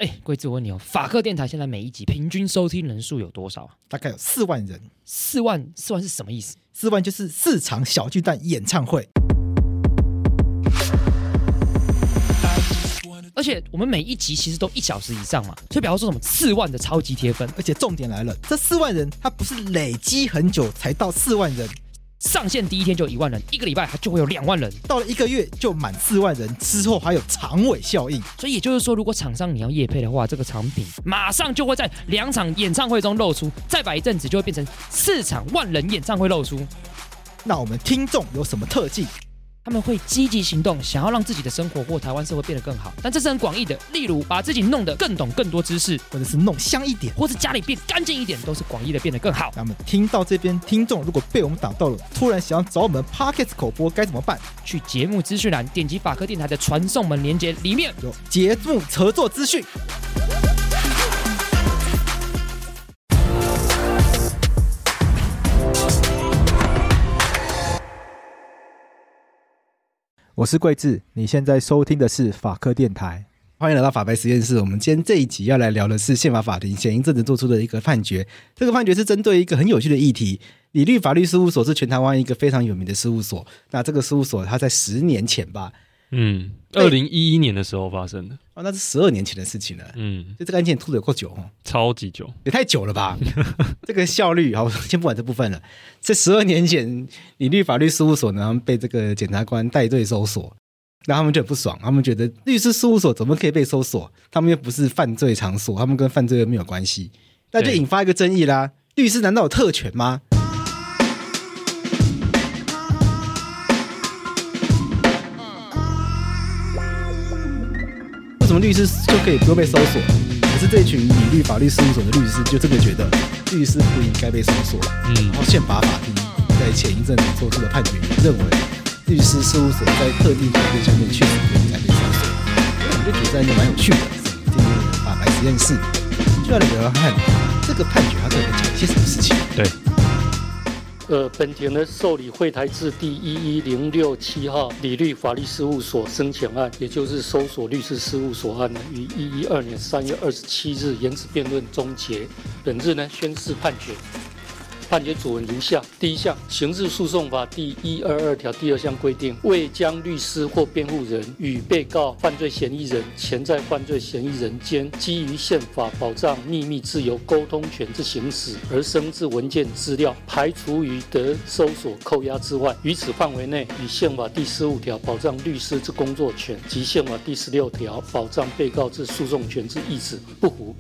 贵志，我问你哦，法客电台现在每一集平均收听人数有多少啊？ 大概有4万人。 4万是什么意思 ？4万就是4场小巨蛋演唱会。 而且我们每一集其实都1小时以上嘛，所以表示说什么4万的超级铁粉。 而且重点来了，这4万人他不是累积很久才到4万人， 上线第一天就1万人，1个礼拜它就会有2万人， 到了1个月就满4万人，之后还有长尾效应。 所以也就是说，如果厂商你要业配的话，这个产品马上就会在2场演唱会中露出，再摆一阵子就会变成4场万人演唱会露出。 那我们听众有什么特技？ 他们会积极行动，想要让自己的生活或台湾社会变得更好，但这是很广义的，例如把自己弄得更懂更多知识， 或者是弄香一点， 或是家里变干净一点，都是广义的变得更好。 那么听到这边，听众如果被我们打到了，突然想要找我们 Podcast 口播该怎么办？ 去节目资讯栏点击法科电台的传送门连结，里面有节目合作资讯。我是桂智，你现在收听的是法科电台，欢迎来到法白实验室。我们今天这一集要来聊的是宪法法庭前一阵子做出的一个判决。这个判决是针对一个很有趣的议题。理律法律事务所是全台湾一个非常有名的事务所，那这个事务所它在10年前吧 ，2011年的时候发生的。 那是12年前的事情了。就这个案件拖得有够久哦， 超级久， 也太久了吧？这个效率，好，先不管这部分了。在12年前，理律法律事务所呢，他们被这个检察官带队搜索，那他们就很不爽，他们觉得律师事务所怎么可以被搜索？他们又不是犯罪场所，他们跟犯罪又没有关系，那就引发一个争议啦。律师难道有特权吗？为什么律师就可以不用被搜索？可是这一群理律法律事务所的律师就真的觉得律师不应该被搜索。然后宪法法庭在前一阵子做出的判决，认为律师事务所在特定条件下面确实不应该被搜索。我就觉得这案件蛮有趣的，今天的法白实验室就要来聊聊看这个判决它到底讲一些什么事情。 对。 本庭呢受理惠台字第11067号理律法律事务所申请案，也就是搜索律师事务所案呢，于112年3月27日言词辩论终结。本日呢宣示判决。判决主文如下：第一项，刑事诉讼法第122条第2项规定，未将律师或辩护人与被告、犯罪嫌疑人、潜在犯罪嫌疑人间基于宪法保障秘密自由沟通权之行使而生之文件资料，排除于得搜索扣押之外，于此范围内与宪法第15条保障律师之工作权及宪法第16条保障被告之诉讼权之意旨不符。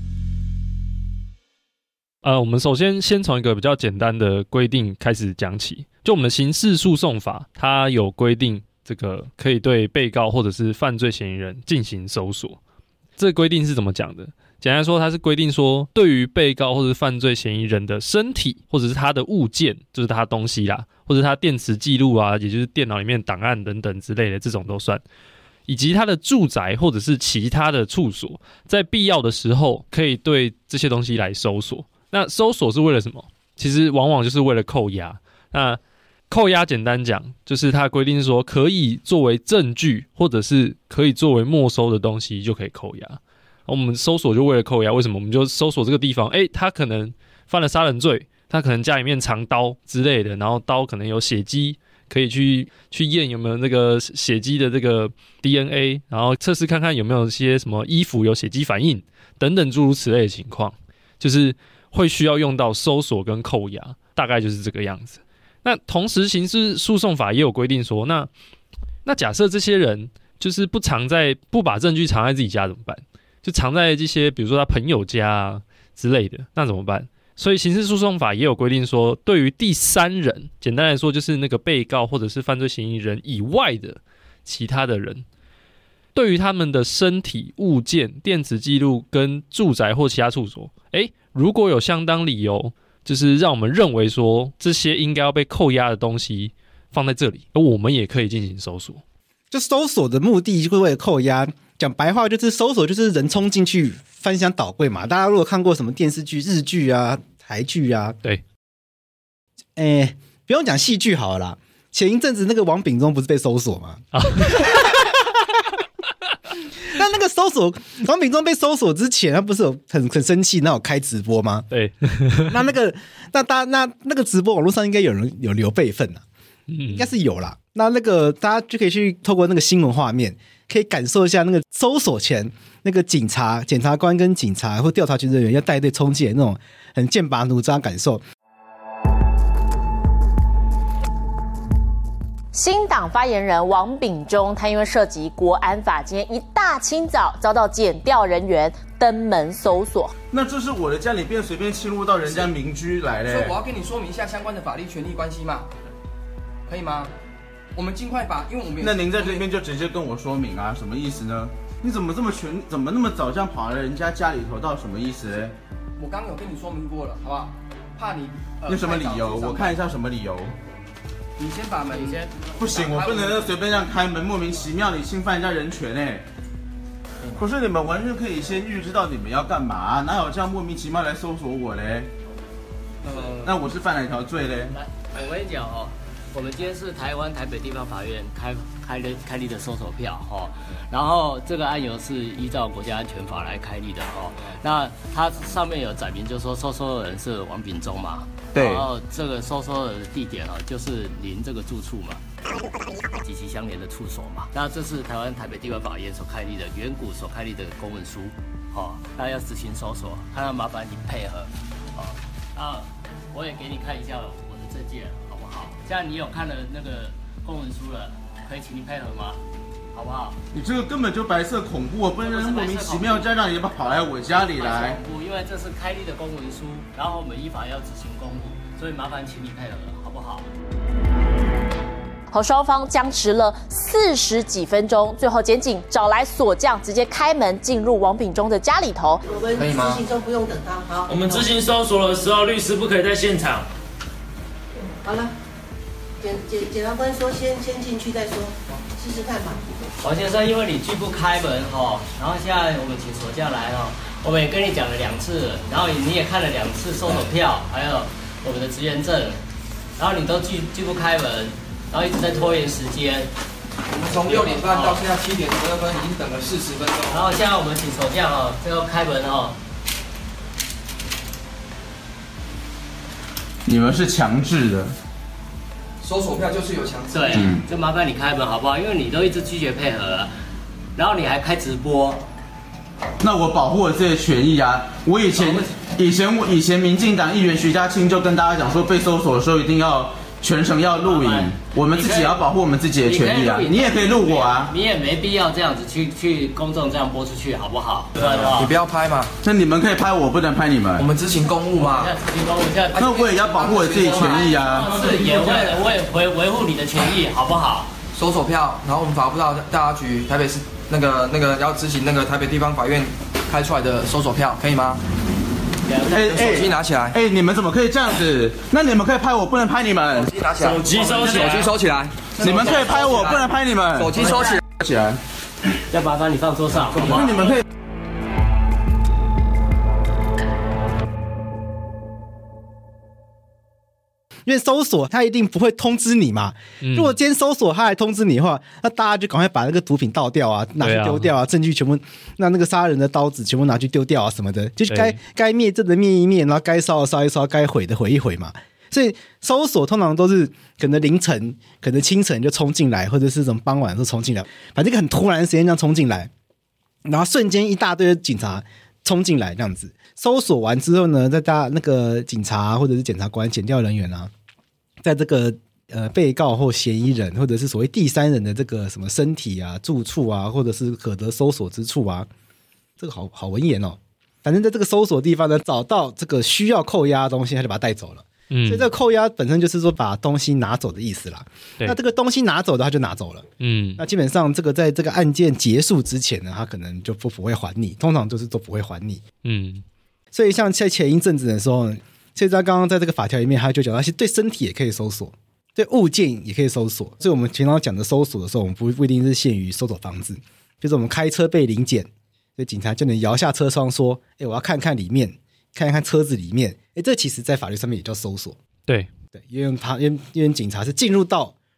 我们首先从一个比较简单的规定开始讲起。就我们的刑事诉讼法，它有规定这个可以对被告或者是犯罪嫌疑人进行搜索。这个规定是怎么讲的？简单说，它是规定说，对于被告或者是犯罪嫌疑人的身体或者是他的物件，就是他的东西啦，或者他电池记录啊，也就是电脑里面档案等等之类的，这种都算。以及他的住宅或者是其他的处所，在必要的时候可以对这些东西来搜索。那搜索是为了什么？其实往往就是为了扣押。那扣押简单讲，就是它规定说可以作为证据或者是可以作为没收的东西就可以扣押。我们搜索就为了扣押，为什么？我们就搜索这个地方，他可能犯了杀人罪，他可能家里面藏刀之类的，然后刀可能有血迹，可以去验有没有那个血迹的这个 DNA， 然后测试看看有没有一些什么衣服有血迹反应等等诸如此类的情况，就是会需要用到搜索跟扣押，大概就是这个样子。那同时刑事诉讼法也有规定说，那假设这些人就是不把证据藏在自己家怎么办？就藏在这些比如说他朋友家啊之类的，那怎么办？所以刑事诉讼法也有规定说，对于第三人，简单来说就是那个被告或者是犯罪嫌疑人以外的其他的人，对于他们的身体、物件、电子记录跟住宅或其他处所，如果有相当理由，就是让我们认为说这些应该要被扣押的东西放在这里，而我们也可以进行搜索。 就搜索的目的会为了扣押，讲白话就是搜索就是人冲进去翻箱倒柜嘛。大家如果看过什么电视剧、日剧啊、台剧啊， 对， 不用讲戏剧好了啦。前一阵子那个王炳忠不是被搜索吗？ 那个搜索王炳忠被搜索之前，他不是有很生气，那有开直播吗？ 对， 那个直播网络上应该有人有留备份啊，应该是有啦。那个大家就可以去透过那个新闻画面，可以感受一下那个搜索前那个检察官跟警察或调查局人员要带队冲进来那种很剑拔弩张的感受。 新党发言人王炳忠，他因为涉及国安法，今天一大清早遭到检调人员登门搜索。 那这是我的家，你便随便侵入到人家民居来嘞？ 所以我要跟你说明一下相关的法律权利关系嘛，可以吗？我们尽快把，因为我们那您在这边就直接跟我说明啊，什么意思呢？你怎么那么早这样跑来人家家里头，到什么意思嘞？ 我刚有跟你说明过了，好不好？怕你有什么理由？我看一下什么理由。 你先把门，你先不行，我不能随便这样开门，莫名其妙你侵犯人家人权哎。可是你们完全可以先预知到你们要干嘛，哪有这样莫名其妙来搜索我嘞？那我是犯哪条罪嘞？ 来，我跟你讲哦，我们今天是台北地方法院开立的搜索票哈，然后这个案由是依照国家安全法来开立的哈。那它上面有载明，就是说收搜的人是王炳忠嘛。 对， 然后这个收搜的地点就是邻这个住处嘛，及其相连的处所嘛。那这是台北地方法院所开立的远古所开立的公文书，那要执行搜索，那要麻烦你配合，那我也给你看一下我的证件，好不好？这样你有看了那个公文书了，可以请你配合吗？好不好？ 你这个根本就白色恐怖，我不能莫名其妙家长也跑来我家里来。 恐怖，因为这是开立的公文书，然后我们依法要执行公务，所以麻烦请你配合，好不好？ 和双方僵持了40几分钟，最后检警找来锁匠，直接开门进入王炳忠的家里头。 我们执行中不用等他，好。 我们执行搜索的时候，律师不可以在现场。 好了，检察官说先进去再说，试试看吧。 王先生，因为你拒不开门然后现在我们请锁匠来我们也跟你讲了2次，然后你也看了2次搜索票，还有我们的职员证，然后你都拒不开门，然后一直在拖延时间。 我们从6点半到现在7点12分，已经等了40分钟。 然后现在我们请锁匠最后开门你们是强制的。 搜索票就是有强制。 对，就麻烦你开门好不好？因为你都一直拒绝配合，然后你还开直播。 那我保护我自己的权益啊！我以前民进党议员徐家清就跟大家讲说，被搜索的时候一定要全程要录影，我们自己也要保护我们自己的权益啊！你也可以录我啊！ 你也没必要这样子去公众这样播出去，好不好？ 你不要拍嘛！ 那你们可以拍我，不能拍你们。 我们执行公务嘛。 那我也要保护我自己权益啊！ 是，我也维护你的权益，好不好？ 搜索票，然后我们法务大家局台北市那个要执行那个台北地方法院开出来的搜索票，可以吗？手机拿起来！ 你们怎么可以这样子？那你们可以拍我，不能拍你们。 手机拿起来！ 手机收起来！ 手机收起来！ 你们可以拍我，不能拍你们。 手机收起来！ 要麻烦你放桌上，好不好？ 那你们可以。 因为搜索他一定不会通知你嘛，如果今天搜索他来通知你的话，那大家就赶快把那个毒品倒掉啊，拿去丢掉啊，证据全部那个杀人的刀子全部拿去丢掉啊什么的，就是该灭证的灭一灭，然后该烧的烧一烧，该毁的毁一毁嘛。所以搜索通常都是可能凌晨、可能清晨就冲进来，或者是什么傍晚的时候冲进来，反正一个很突然的时间这样冲进来，然后瞬间一大堆的警察冲进来这样子。搜索完之后呢，再大那个警察或者是检察官、检调人员啊，在这个被告或嫌疑人或者是所谓第三人的这个什么身体啊、住处啊，或者是可得搜索之处啊，这个好文言哦。反正在这个搜索地方呢，找到这个需要扣押的东西，他就把它带走了。所以这个扣押本身就是说把东西拿走的意思啦。那这个东西拿走的他就拿走了。那基本上这个在这个案件结束之前呢，他可能就不会还你，通常就是都不会还你。所以像在前一阵子的时候，所以他刚刚在这个法条里面，他就讲到，其实对身体也可以搜索，对物件也可以搜索。所以我们平常讲的搜索的时候，我们不一定是限于搜索房子，就是我们开车被临检，所以警察就能摇下车窗说：“我要看看里面，看一看车子里面。”这其实在法律上面也叫搜索。 对， 因为警察是进入到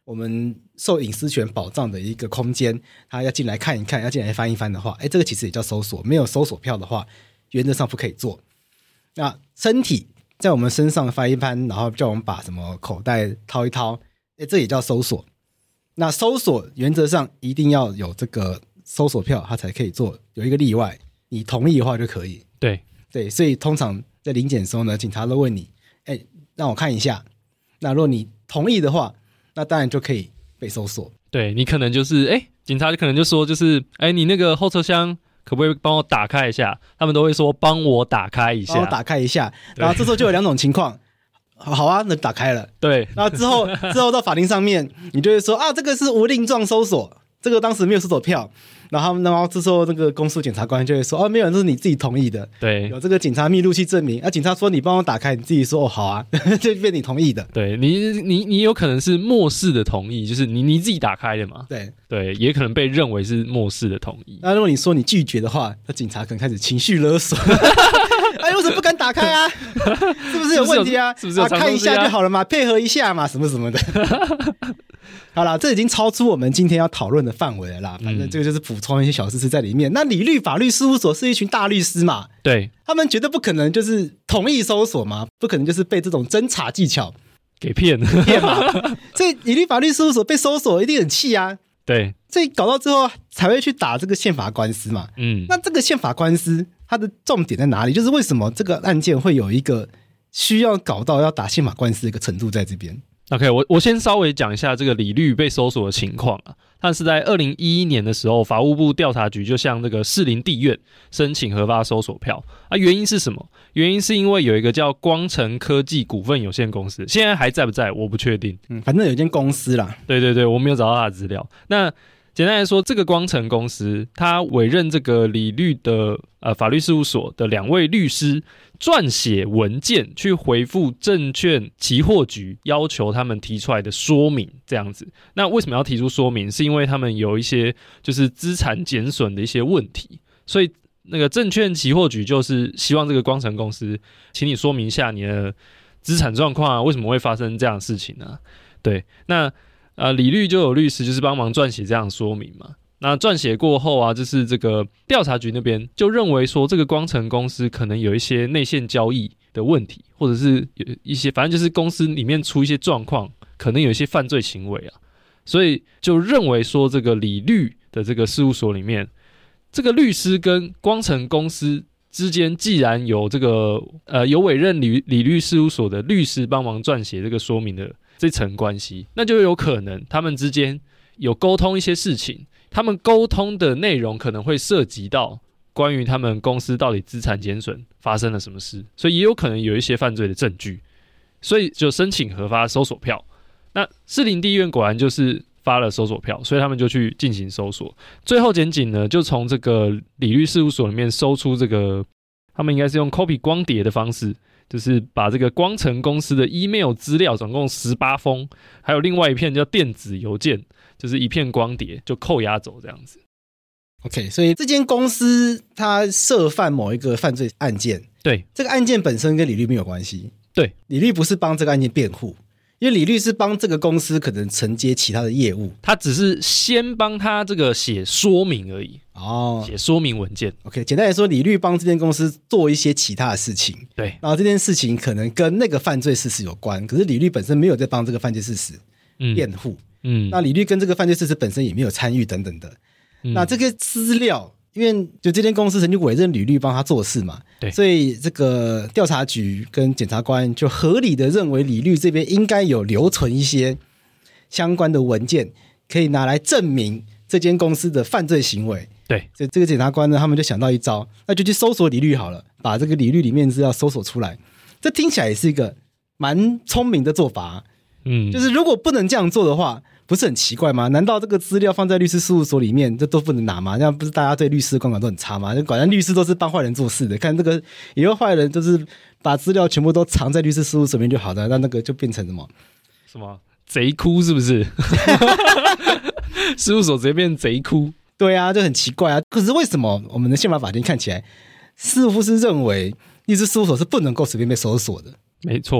我们受隐私权保障的一个空间，他要进来看一看，要进来翻一翻的话，这个其实也叫搜索。没有搜索票的话，原则上不可以做。那身体在我们身上翻一翻，然后叫我们把什么口袋掏一掏，这也叫搜索。那搜索原则上一定要有这个搜索票，它才可以做。有一个例外，你同意的话就可以。对，所以通常在临检的时候呢，警察都问你，让我看一下。那如果你同意的话，那当然就可以被搜索。 对，你可能就是警察可能就说就是你那个后车厢可不可以帮我打开一下？他们都会说帮我打开一下， 帮我打开一下。然后这时候就有两种情况，好啊，那打开了。 对， 然后之后到法庭上面，你就会说这个是无令状搜索，这个当时没有搜索票。然后这时候那个公诉检察官就会说没有，这是你自己同意的。 对， 有这个警察密录器证明。警察说你帮我打开，你自己说好啊，就变你同意的。 对，你有可能是漠视的同意，就是你自己打开的嘛。对，也可能被认为是漠视的同意。 那如果你说你拒绝的话，那警察可能开始情绪勒索。为什么不敢打开啊？是不是有问题啊？ 是不是有看一下就好了嘛，配合一下嘛，什么什么的。好啦，这已经超出我们今天要讨论的范围了啦。反正这个就是补充一些小知识在里面。那理律法律事务所是一群大律师嘛， 对， 他们绝对不可能就是同意搜索嘛，不可能就是被这种侦查技巧给骗嘛。 所以理律法律事务所被搜索一定很气啊。 对， 所以搞到最后才会去打这个宪法官司嘛。那这个宪法官司它的重点在哪里？就是为什么这个案件会有一个需要搞到要打宪法官司的一个程度在这边。 OK， 我先稍微讲一下这个理律被搜索的情况啊。但是在2011年的时候，法务部调查局就向这个士林地院申请核发搜索票原因是什么？原因是因为有一个叫光成科技股份有限公司，现在还在不在我不确定。 反正有一间公司啦。 对，我没有找到他的资料。那简单来说，这个光成公司他委任这个理律的法律事务所的2位律师撰写文件去回复证券期货局要求他们提出来的说明，这样子。那为什么要提出说明？是因为他们有一些就是资产减损的一些问题，所以那个证券期货局就是希望这个光成公司请你说明一下你的资产状况啊，为什么会发生这样的事情呢？对，那理律就有律师就是帮忙撰写这样的说明嘛。那撰写过后啊，就是这个调查局那边就认为说，这个光成公司可能有一些内线交易的问题，或者是有一些反正就是公司里面出一些状况，可能有一些犯罪行为啊，所以就认为说这个理律的这个事务所里面，这个律师跟光成公司之间既然有这个有委任理律事务所的律师帮忙撰写这个说明的这层关系，那就有可能他们之间有沟通一些事情，他们沟通的内容可能会涉及到关于他们公司到底资产减损发生了什么事，所以也有可能有一些犯罪的证据，所以就申请核发搜索票。那士林地院果然就是发了搜索票，所以他们就去进行搜索。最后检警呢，就从这个理律事务所里面搜出这个，他们应该是用 copy 光碟的方式，就是把这个光成公司的 email 资料总共18封，还有另外一片叫电子邮件，就是一片光碟就扣押走这样子。 OK， 所以这间公司它涉犯某一个犯罪案件， 对， 这个案件本身跟理律没有关系， 对， 理律不是帮这个案件辩护，因为理律是帮这个公司可能承接其他的业务， 他只是先帮他这个写说明而已，写说明文件。 OK， 简单来说，理律帮这间公司做一些其他的事情， 对， 然后这件事情可能跟那个犯罪事实有关，可是理律本身没有在帮这个犯罪事实辩护，那理律跟这个犯罪事实本身也没有参与等等的。那这个资料，因为就这间公司曾经委任理律帮他做事嘛， 对， 所以这个调查局跟检察官就合理的认为理律这边应该有留存一些相关的文件，可以拿来证明这间公司的犯罪行为。 对， 所以这个检察官呢，他们就想到一招，那就去搜索理律好了，把这个理律里面资料搜索出来。这听起来也是一个蛮聪明的做法，就是如果不能这样做的话，不是很奇怪吗？难道这个资料放在律师事务所里面，这都不能拿吗？这样不是大家对律师的观感都很差吗？果然律师都是帮坏人做事的，看这个以后坏人就是把资料全部都藏在律师事务所里面就好了，那个就变成什么贼窟是不是？事务所直接变贼窟， 对啊，就很奇怪啊。可是为什么我们的宪法法庭看起来似乎是认为律师事务所是不能够随便被搜索的？ 没错，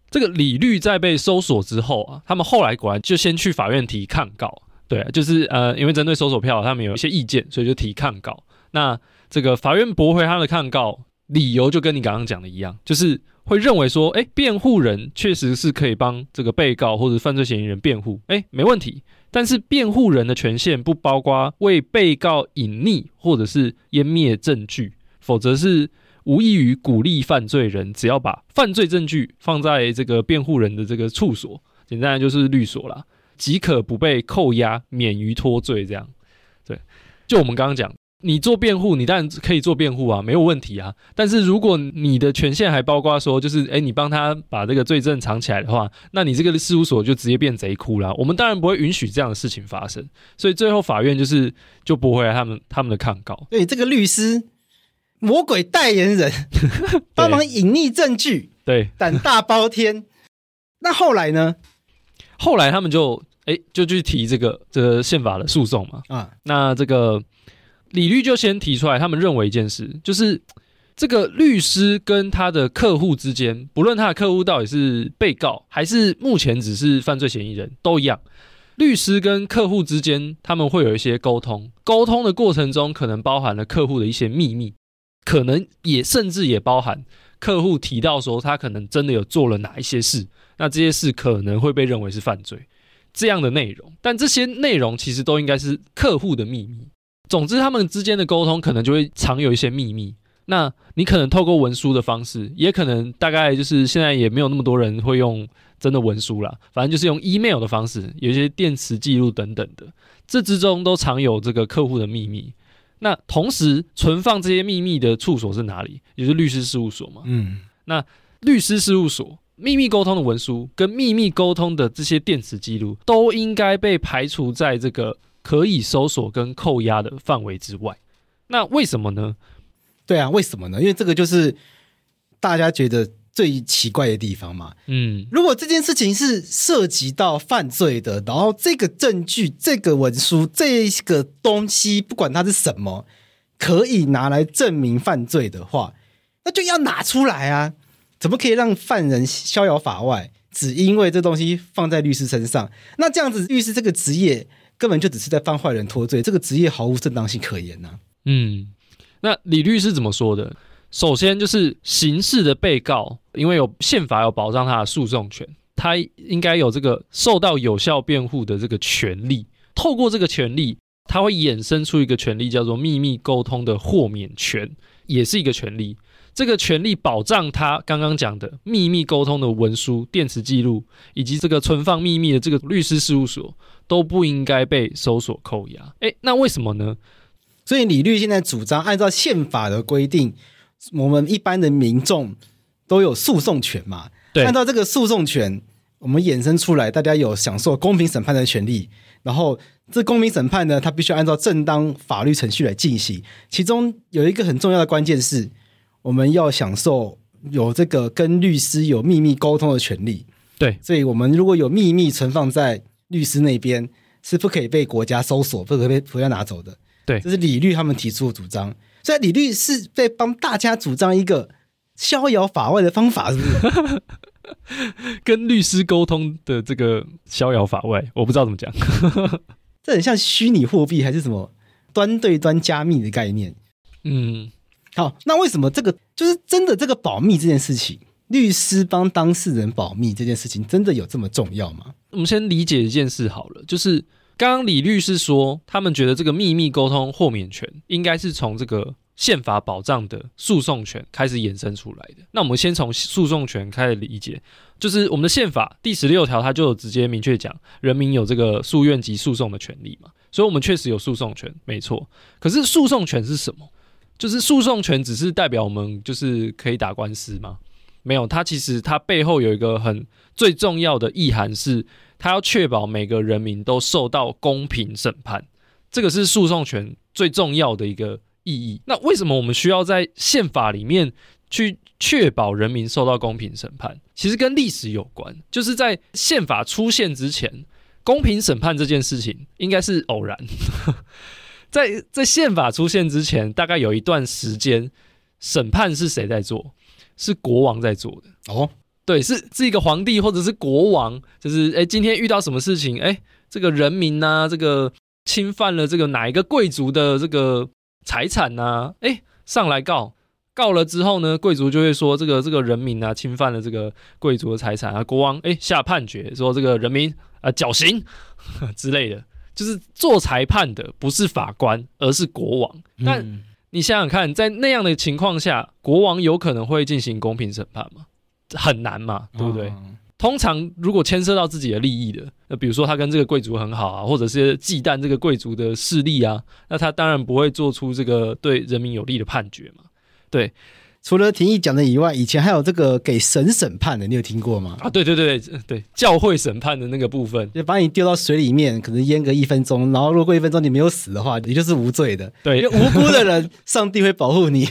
这个李律在被搜索之后啊，他们后来果然就先去法院提抗告。对，就是因为针对搜索票他们有一些意见，所以就提抗告。那这个法院驳回他的抗告，理由就跟你刚刚讲的一样，就是会认为说，辩护人确实是可以帮这个被告或者犯罪嫌疑人辩护，没问题。但是辩护人的权限不包括为被告隐匿或者是湮灭证据，否则是无异于鼓励犯罪人只要把犯罪证据放在这个辩护人的这个处所，简单的就是律所啦，即可不被扣押，免于脱罪。这样，对，就我们刚刚讲，你做辩护，你当然可以做辩护啊，没有问题啊。但是如果你的权限还包括说，就是你帮他把这个罪证藏起来的话，那你这个事务所就直接变贼窟啦。我们当然不会允许这样的事情发生，所以最后法院就驳回来他们的抗告。 对，这个律师魔鬼代言人帮忙隐匿证据， 对， 胆大包天。那后来呢？ 后来他们就去提这个宪法的诉讼嘛。那这个李律就先提出来，他们认为一件事，就是这个律师跟他的客户之间，不论他的客户到底是被告还是目前只是犯罪嫌疑人，都一样。律师跟客户之间他们会有一些沟通的过程中，可能包含了客户的一些秘密，可能甚至也包含客户提到说他可能真的有做了哪一些事，那这些事可能会被认为是犯罪这样的内容，但这些内容其实都应该是客户的秘密。总之他们之间的沟通可能就会藏有一些秘密，那你可能透过文书的方式，也可能大概就是现在也没有那么多人会用真的文书啦，反正就是用 email 的方式，有一些电磁记录等等的，这之中都藏有这个客户的秘密。那同时存放这些秘密的处所是哪里？也就是律师事务所嘛。那律师事务所秘密沟通的文书跟秘密沟通的这些电子记录，都应该被排除在这个可以搜索跟扣押的范围之外。那为什么呢？ 对啊，为什么呢？因为这个就是大家觉得最奇怪的地方嘛。如果这件事情是涉及到犯罪的，然后这个证据、这个文书、这个东西，不管它是什么，可以拿来证明犯罪的话，那就要拿出来啊！怎么可以让犯人逍遥法外？只因为这东西放在律师身上，那这样子律师这个职业根本就只是在帮坏人脱罪，这个职业毫无正当性可言啊。 那李律师怎么说的？首先就是刑事的被告，因为有宪法有保障他的诉讼权，他应该有这个受到有效辩护的这个权利。透过这个权利，他会衍生出一个权利，叫做秘密沟通的豁免权，也是一个权利。这个权利保障他刚刚讲的秘密沟通的文书、电磁记录，以及这个存放秘密的这个律师事务所，都不应该被搜索扣押。那为什么呢？ 所以李律现在主张按照宪法的规定，我们一般的民众都有诉讼权嘛。对，按照这个诉讼权，我们衍生出来，大家有享受公平审判的权利。然后这公平审判呢，它必须按照正当法律程序来进行。其中有一个很重要的关键是，我们要享受有这个跟律师有秘密沟通的权利。 对， 所以我们如果有秘密存放在律师那边，是不可以被国家搜索，不可以被国家拿走的。 对， 这是李律他们提出的主张。所以李律是在帮大家主张一个逍遥法外的方法，是不是？ 跟律师沟通的这个逍遥法外，我不知道怎么讲。 这很像虚拟货币还是什么端对端加密的概念。好，那为什么这个就是真的这个保密这件事情，律师帮当事人保密这件事情，真的有这么重要吗？ 我们先理解一件事好了，就是刚刚李律师说，他们觉得这个秘密沟通豁免权应该是从这个宪法保障的诉讼权开始衍生出来的。那我们先从诉讼权开始理解，就是我们的宪法第16条，它就有直接明确讲，人民有这个诉愿及诉讼的权利嘛，所以我们确实有诉讼权，没错。可是诉讼权是什么？就是诉讼权只是代表我们就是可以打官司吗？没有，它其实它背后有一个最重要的意涵是，它要确保每个人民都受到公平审判，这个是诉讼权最重要的一个意义。那为什么我们需要在宪法里面去确保人民受到公平审判？其实跟历史有关，就是在宪法出现之前，公平审判这件事情应该是偶然。在宪法出现之前，大概有一段时间，审判是谁在做？是国王在做的。 对，是一个皇帝或者是国王，就是今天遇到什么事情，这个人民啊，这个侵犯了这个哪一个贵族的这个财产啊，上来告了之后呢，贵族就会说这个人民啊侵犯了这个贵族的财产啊，国王下判决说这个人民绞刑之类的，就是做裁判的不是法官，而是国王。但你想想看，在那样的情况下，国王有可能会进行公平审判吗？很难嘛，对不对？通常如果牵涉到自己的利益的，比如说他跟这个贵族很好啊，或者是忌惮这个贵族的势力啊，那他当然不会做出这个对人民有利的判决嘛。对， 除了廷义讲的以外，以前还有这个给神审判的，你有听过吗？ 对，教会审判的那个部分， 就把你丢到水里面，可能淹个1分钟，然后如果1分钟你没有死的话，你就是无罪的。 对， 因为无辜的人，上帝会保护你。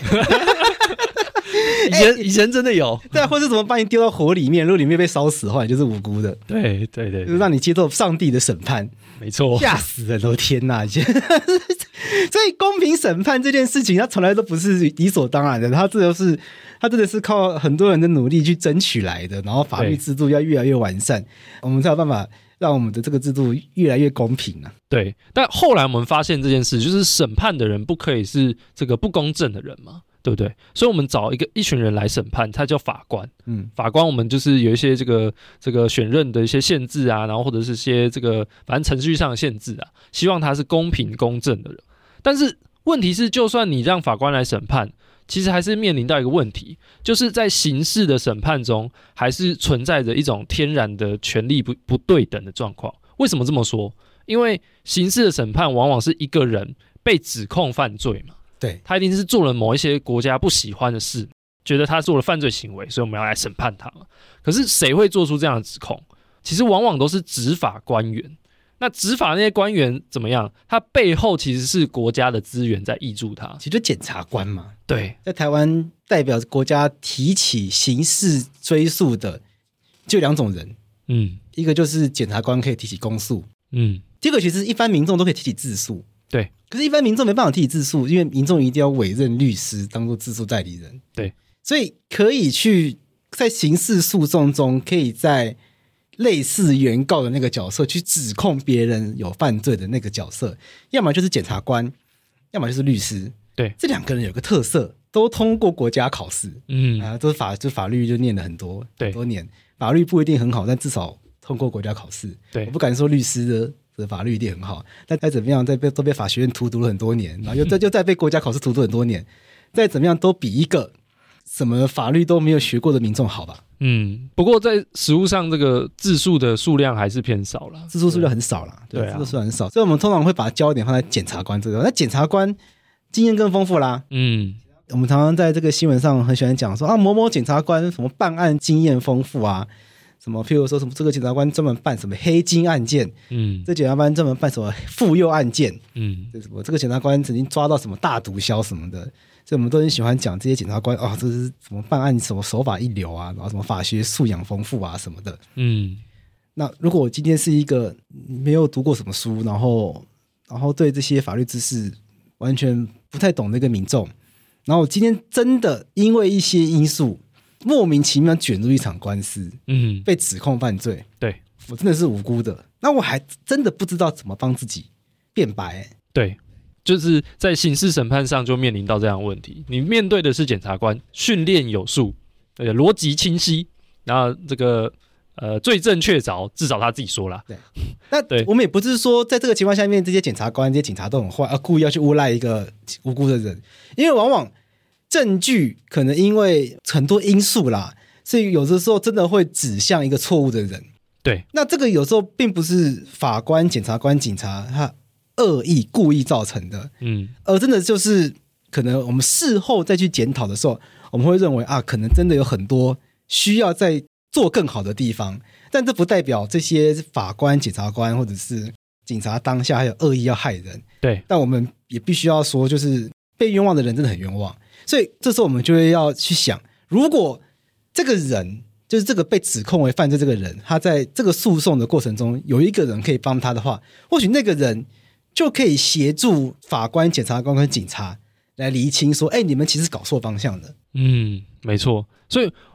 以前真的有， 对啊，或者怎么把你丢到火里面，如果里面被烧死的话，你就是无辜的。 对， 就是让你接受上帝的审判。 没错， 吓死人了！天哪！所以公平审判这件事情，它从来都不是理所当然的，它真的是靠很多人的努力去争取来的。然后法律制度要越来越完善，我们才有办法让我们的这个制度越来越公平啊。 对，但后来我们发现这件事，就是审判的人不可以是这个不公正的人嘛。对不对？所以我们找一群人来审判，他叫法官。法官我们就是有一些这个选任的一些限制啊，然后或者是一些这个反正程序上的限制啊，希望他是公平公正的人。但是问题是，就算你让法官来审判，其实还是面临到一个问题，就是在刑事的审判中，还是存在着一种天然的权力不对等的状况。为什么这么说？因为刑事的审判往往是一个人被指控犯罪嘛。 对， 他一定是做了某一些国家不喜欢的事，觉得他做了犯罪行为，所以我们要来审判他。可是谁会做出这样的指控？其实往往都是执法官员。那执法那些官员怎么样？他背后其实是国家的资源在挹注他， 其实就检察官嘛。 对， 在台湾代表国家提起刑事追诉的就2种人，一个就是检察官可以提起公诉，第二个其实一般民众都可以提起自诉。 对， 可是一般民众没办法提起自诉，因为民众一定要委任律师当做自诉代理人。 对， 所以可以去在刑事诉讼中，可以在类似原告的那个角色去指控别人有犯罪的那个角色，要么就是检察官，要么就是律师。 对， 这2个人有个特色，都通过国家考试。都是法律就念了很多年，法律不一定很好，但至少通过国家考试。 对， 我不敢说律师的法律一定很好，但再怎么样都被法学院荼毒了很多年，然后又再被国家考试荼毒很多年，再怎么样都比一个什么法律都没有学过的民众好吧。 不过在实务上这个自诉的数量还是偏少了， 自诉数量很少啦。对，自诉数量很少，所以我们通常会把焦点放在检察官这个。那检察官经验更丰富啦。我们常常在这个新闻上很喜欢讲说某某检察官什么办案经验丰富啊，什么譬如说什么这个检察官专门办什么黑金案件，这检察官专门办什么妇幼案件，这个检察官曾经抓到什么大毒枭什么的，所以我们都很喜欢讲这些检察官这是什么办案什么手法一流啊，然后什么法学素养丰富啊什么的。那如果我今天是一个没有读过什么书，然后对这些法律知识完全不太懂的一个民众，然后我今天真的因为一些因素莫名其妙卷入一场官司，被指控犯罪， 对， 我真的是无辜的，那我还真的不知道怎么帮自己辩白。 对，就是在刑事审判上就面临到这样的问题，你面对的是检察官，训练有素，逻辑清晰，然后这个罪证确凿，至少他自己说啦。 对，那我们也不是说在这个情况下面，这些检察官、这些警察都很坏，故意要去诬赖一个无辜的人，因为往往证据可能因为很多因素啦，所以有的时候真的会指向一个错误的人。 对， 那这个有时候并不是法官、检察官、警察他恶意故意造成的，而真的就是可能我们事后再去检讨的时候，我们会认为可能真的有很多需要再做更好的地方，但这不代表这些法官、检察官或者是警察当下还有恶意要害人。 对， 但我们也必须要说，就是被冤枉的人真的很冤枉，所以这时候我们就会要去想，如果这个人就是这个被指控为犯罪这个人，他在这个诉讼的过程中有一个人可以帮他的话，或许那个人就可以协助法官、检察官跟警察来厘清说，你们其实搞错方向的。 没错，所以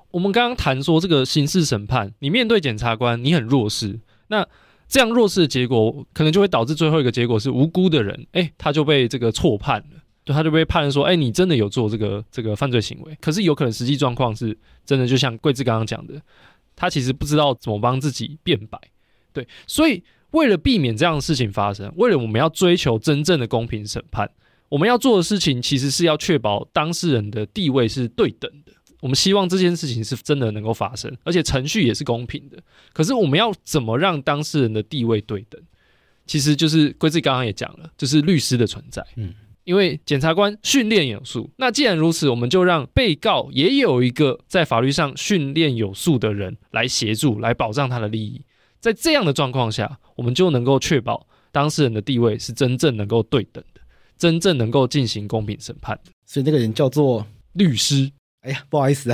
我们刚刚谈说这个刑事审判，你面对检察官，你很弱势，那这样弱势的结果，可能就会导致最后一个结果是无辜的人，他就被这个错判了，就他就被判说，你真的有做这个犯罪行为，可是有可能实际状况是真的，就像桂枝刚刚讲的，他其实不知道怎么帮自己辩白，对，所以为了避免这样的事情发生，为了我们要追求真正的公平审判，我们要做的事情其实是要确保当事人的地位是对等的。我们希望这件事情是真的能够发生，而且程序也是公平的。可是我们要怎么让当事人的地位对等？其实就是桂枝刚刚也讲了，就是律师的存在。因为检察官训练有素，那既然如此，我们就让被告也有一个在法律上训练有素的人来协助，来保障他的利益。在这样的状况下，我们就能够确保当事人的地位是真正能够对等的，真正能够进行公平审判的。 所以那个人叫做律师。 哎呀，不好意思啊。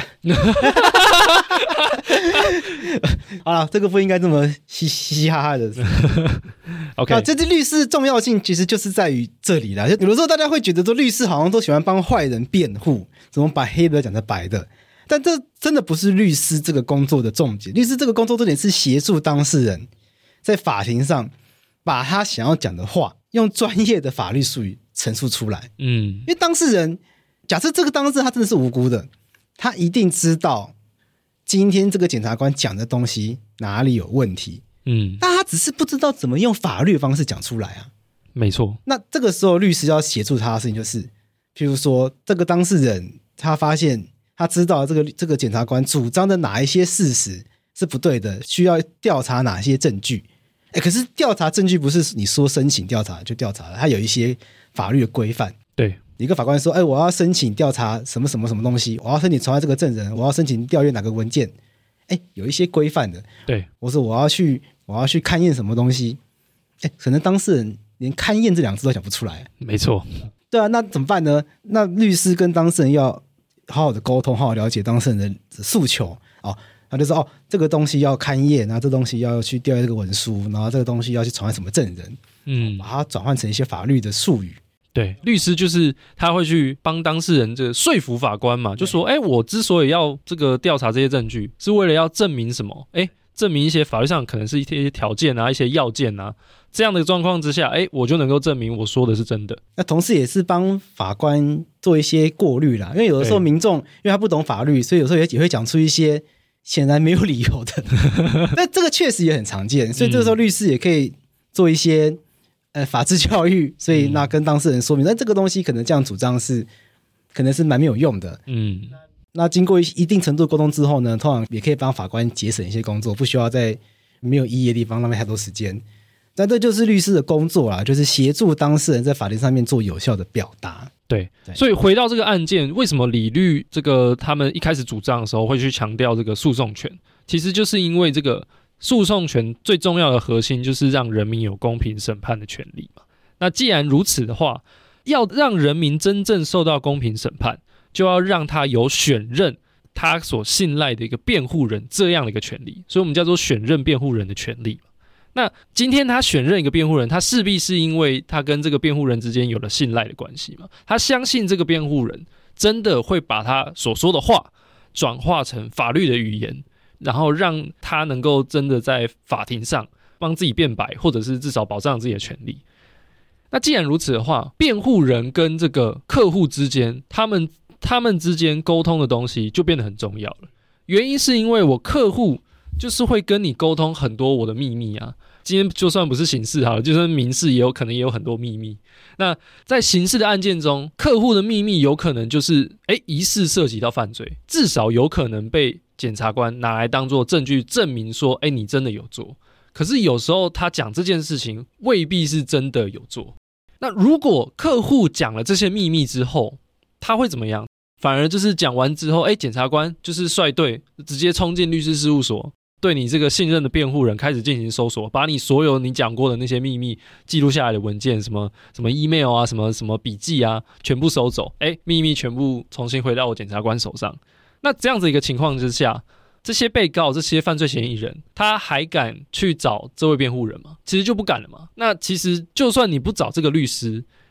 好了，这个不应该这么嘻嘻哈哈的。OK， 这律师的重要性其实就是在于这里啦。有的时候大家会觉得说，律师好像都喜欢帮坏人辩护，怎么把黑的讲成白的。但这真的不是律师这个工作的重点。律师这个工作重点是协助当事人在法庭上把他想要讲的话，用专业的法律术语陈述出来。因为当事人，假设这个当事人他真的是无辜的，他一定知道今天这个检察官讲的东西哪里有问题，但他只是不知道怎么用法律的方式讲出来啊。 没错。 那这个时候律师要协助他的事情就是，譬如说这个当事人他发现他知道这个检察官主张的哪一些事实是不对的，需要调查哪些证据。可是调查证据不是你说申请调查就调查了，它有一些法律的规范。 对， 一个法官说，我要申请调查什么什么什么东西，我要申请传唤这个证人，我要申请调阅哪个文件，有一些规范的。 对， 我说我要去勘验什么东西，可能当事人连勘验这两个字都想不出来。 没错。 对啊，那怎么办呢？那律师跟当事人要好好的沟通，好好了解当事人的诉求他就说这个东西要勘验，然后这东西要去调阅这个文书，然后这个东西要去传唤什么证人，把它转换成一些法律的术语。 对，律师就是他会去帮当事人这个说服法官嘛，就说我之所以要这个调查这些证据，是为了要证明什么？证明一些法律上可能是一些条件啊，一些要件啊，这样的状况之下，我就能够证明我说的是真的。 那同时也是帮法官做一些过滤啦，因为有的时候民众因为他不懂法律，所以有时候也会讲出一些显然没有理由的。那这个确实也很常见，所以这个时候律师也可以做一些法治教育，所以那跟当事人说明，但这个东西可能这样主张可能是蛮没有用的。那经过一定程度的沟通之后呢，通常也可以帮法官节省一些工作，不需要在没有意义的地方浪费太多时间。但这就是律师的工作啦，就是协助当事人在法庭上面做有效的表达。 对，所以回到这个案件，为什么理律这个他们一开始主张的时候会去强调这个诉讼权，其实就是因为这个诉讼权最重要的核心就是让人民有公平审判的权利嘛。那既然如此的话，要让人民真正受到公平审判，就要让他有选任他所信赖的一个辩护人这样的一个权利，所以我们叫做选任辩护人的权利。那今天他选任一个辩护人，他势必是因为他跟这个辩护人之间有了信赖的关系嘛，他相信这个辩护人真的会把他所说的话转化成法律的语言，然后让他能够真的在法庭上帮自己辩白，或者是至少保障自己的权利。那既然如此的话，辩护人跟这个客户之间，他们之间沟通的东西就变得很重要了。原因是因为我客户就是会跟你沟通很多我的秘密啊。今天就算不是刑事好了，就算民事可能也有很多秘密。那在刑事的案件中，客户的秘密有可能就是疑似涉及到犯罪，至少有可能被检察官拿来当作证据证明说你真的有做。可是有时候他讲这件事情未必是真的有做。那如果客户讲了这些秘密之后，他会怎么样？反而就是讲完之后，检察官就是率队直接冲进律师事务所，对你这个信任的辩护人开始进行搜索，把你所有你讲过的那些秘密记录下来的文件，什么 email 啊，什么笔记啊，全部收走，秘密全部重新回到我检察官手上。那这样子一个情况之下，这些被告这些犯罪嫌疑人他还敢去找这位辩护人吗？其实就不敢了嘛。那其实就算你不找这个律师，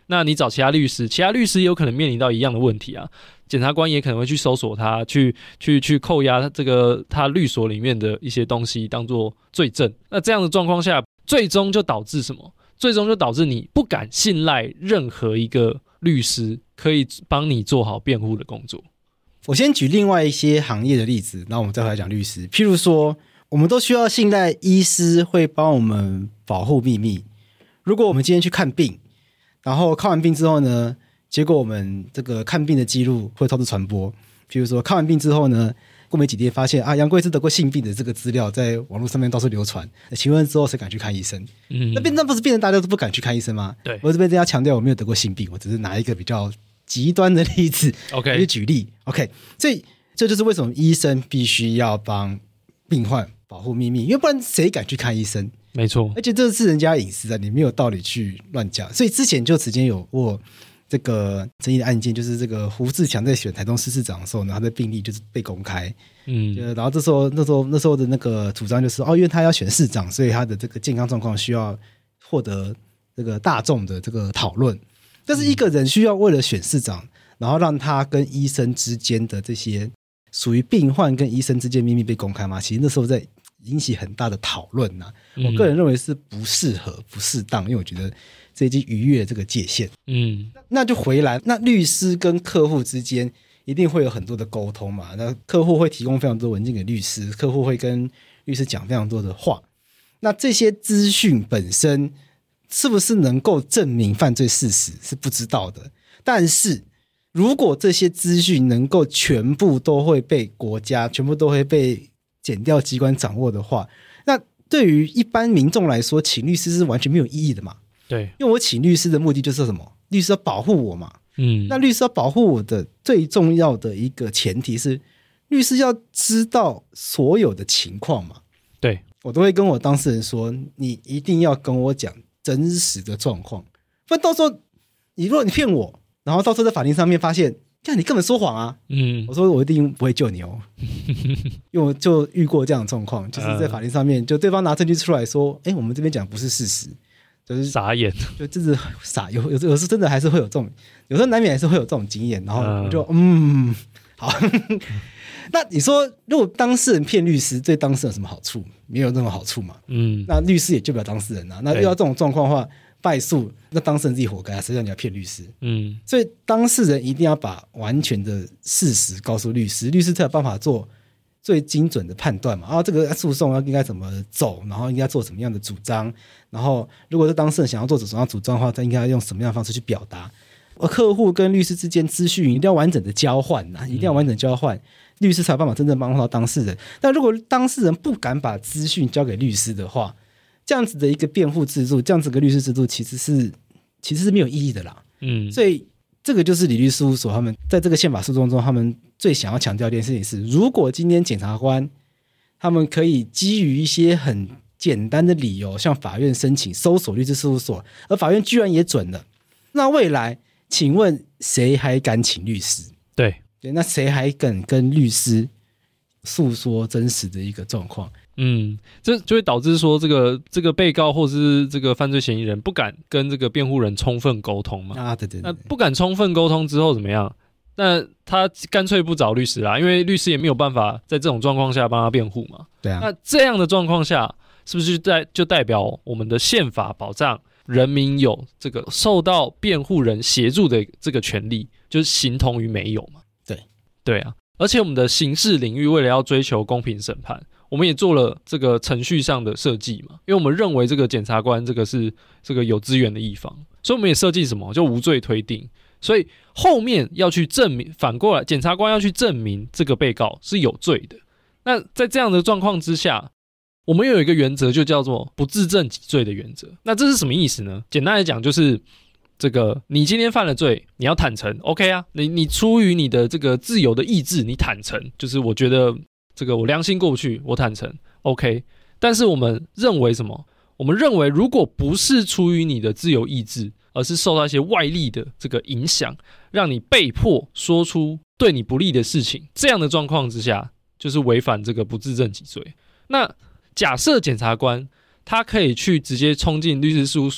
那你找其他律师，其他律师也有可能面临到一样的问题啊。检察官也可能会去搜索他，去扣押这个他律所里面的一些东西当做罪证。那这样的状况下，最终就导致什么？最终就导致你不敢信赖任何一个律师可以帮你做好辩护的工作。 我先举另外一些行业的例子，然后我们再回来讲律师。譬如说，我们都需要信赖医师会帮我们保护秘密。如果我们今天去看病，然后看完病之后呢，结果我们这个看病的记录会偷偷传播。譬如说，看完病之后呢，过没几天发现啊，杨贵枝得过性病的这个资料在网络上面到处流传。请问之后谁敢去看医生？那不是变成大家都不敢去看医生吗？对，我这边要强调我没有得过性病，我只是拿一个比较极端的例子去举例。OK， 所以这就是为什么医生必须要帮病患保护秘密，因为不然谁敢去看医生？ 没错， 而且这是人家隐私啊，你没有道理去乱讲。所以之前就曾经有过这个争议的案件，就是这个胡志强在选台中市市长的时候呢，他的病历就是被公开。然后那时候的那个主张就是因为他要选市长，所以他的这个健康状况需要获得这个大众的这个讨论。但是一个人需要为了选市长，然后让他跟医生之间的这些属于病患跟医生之间秘密被公开吗？其实那时候在引起很大的讨论啊。我个人认为是不适合、不适当，因为我觉得这已经逾越了这个界限。那就回来，那律师跟客户之间一定会有很多的沟通嘛。那客户会提供非常多文件给律师，客户会跟律师讲非常多的话。那这些资讯本身是不是能够证明犯罪事实是不知道的。但是如果这些资讯能够全部都会被国家、全部都会被检调机关掌握的话，那对于一般民众来说，请律师是完全没有意义的嘛。 对， 因为我请律师的目的就是什么？律师要保护我嘛。那律师要保护我的最重要的一个前提是，律师要知道所有的情况嘛。 对， 我都会跟我当事人说，你一定要跟我讲真实的状况，不然到时候如果你骗我，然后到时候在法庭上面发现，看你根本说谎啊。我说我一定不会救你哦。因为我就遇过这样的状况，就是在法庭上面，就对方拿证据出来说，我们这边讲不是事实，就是傻眼， 就就是傻。有时候真的还是会有这种，有时候难免还是会有这种经验，然后我就好。那你说，如果当事人骗律师，对当事人有什么好处？没有任何好处嘛。那律师也救不了当事人啊。那遇到这种状况的话，败诉，那当事人自己活该啊，谁让你要骗律师？所以当事人一定要把完全的事实告诉律师，律师才有办法做最精准的判断嘛。这个诉讼应该怎么走，然后应该做什么样的主张，然后如果是当事人想要做什么样的主张的话，他应该用什么样的方式去表达。客户跟律师之间资讯一定要完整的交换啊，一定要完整交换，律师才有办法真正帮到当事人。但如果当事人不敢把资讯交给律师的话，这样子的一个辩护制度，这样子的律师制度其实是没有意义的啦。所以这个就是理律事务所他们在这个宪法诉讼中，他们最想要强调的一件事情是，如果今天检察官他们可以基于一些很简单的理由向法院申请搜索律师事务所，而法院居然也准了，那未来请问谁还敢请律师？对，那谁还敢跟律师诉说真实的一个状况？ 这就会导致说这个被告或是这个犯罪嫌疑人不敢跟这个辩护人充分沟通嘛。对。那不敢充分沟通之后怎么样？那他干脆不找律师啦，因为律师也没有办法在这种状况下帮他辩护嘛。对啊。那这样的状况下，是不是就代表我们的宪法保障人民有这个受到辩护人协助的这个权利，就是形同于没有嘛？对啊。而且我们的刑事领域为了要追求公平审判，我们也做了这个程序上的设计嘛，因为我们认为这个检察官这个是这个有资源的一方，所以我们也设计什么，就无罪推定。所以后面要去证明，反过来检察官要去证明这个被告是有罪的。那在这样的状况之下，我们有一个原则，就叫做不自证己罪的原则。那这是什么意思呢？简单来讲，就是这个你今天犯了罪，你要坦诚 ，OK 啊？你出于你的这个自由的意志，你坦诚，就是我觉得这个我良心过不去，我坦诚 ，OK。但是我们认为什么？我们认为如果不是出于你的自由意志，而是受到一些外力的这个影响，让你被迫说出对你不利的事情，这样的状况之下，就是违反这个不自证己罪。那假设检察官他可以去直接冲进律师事务所，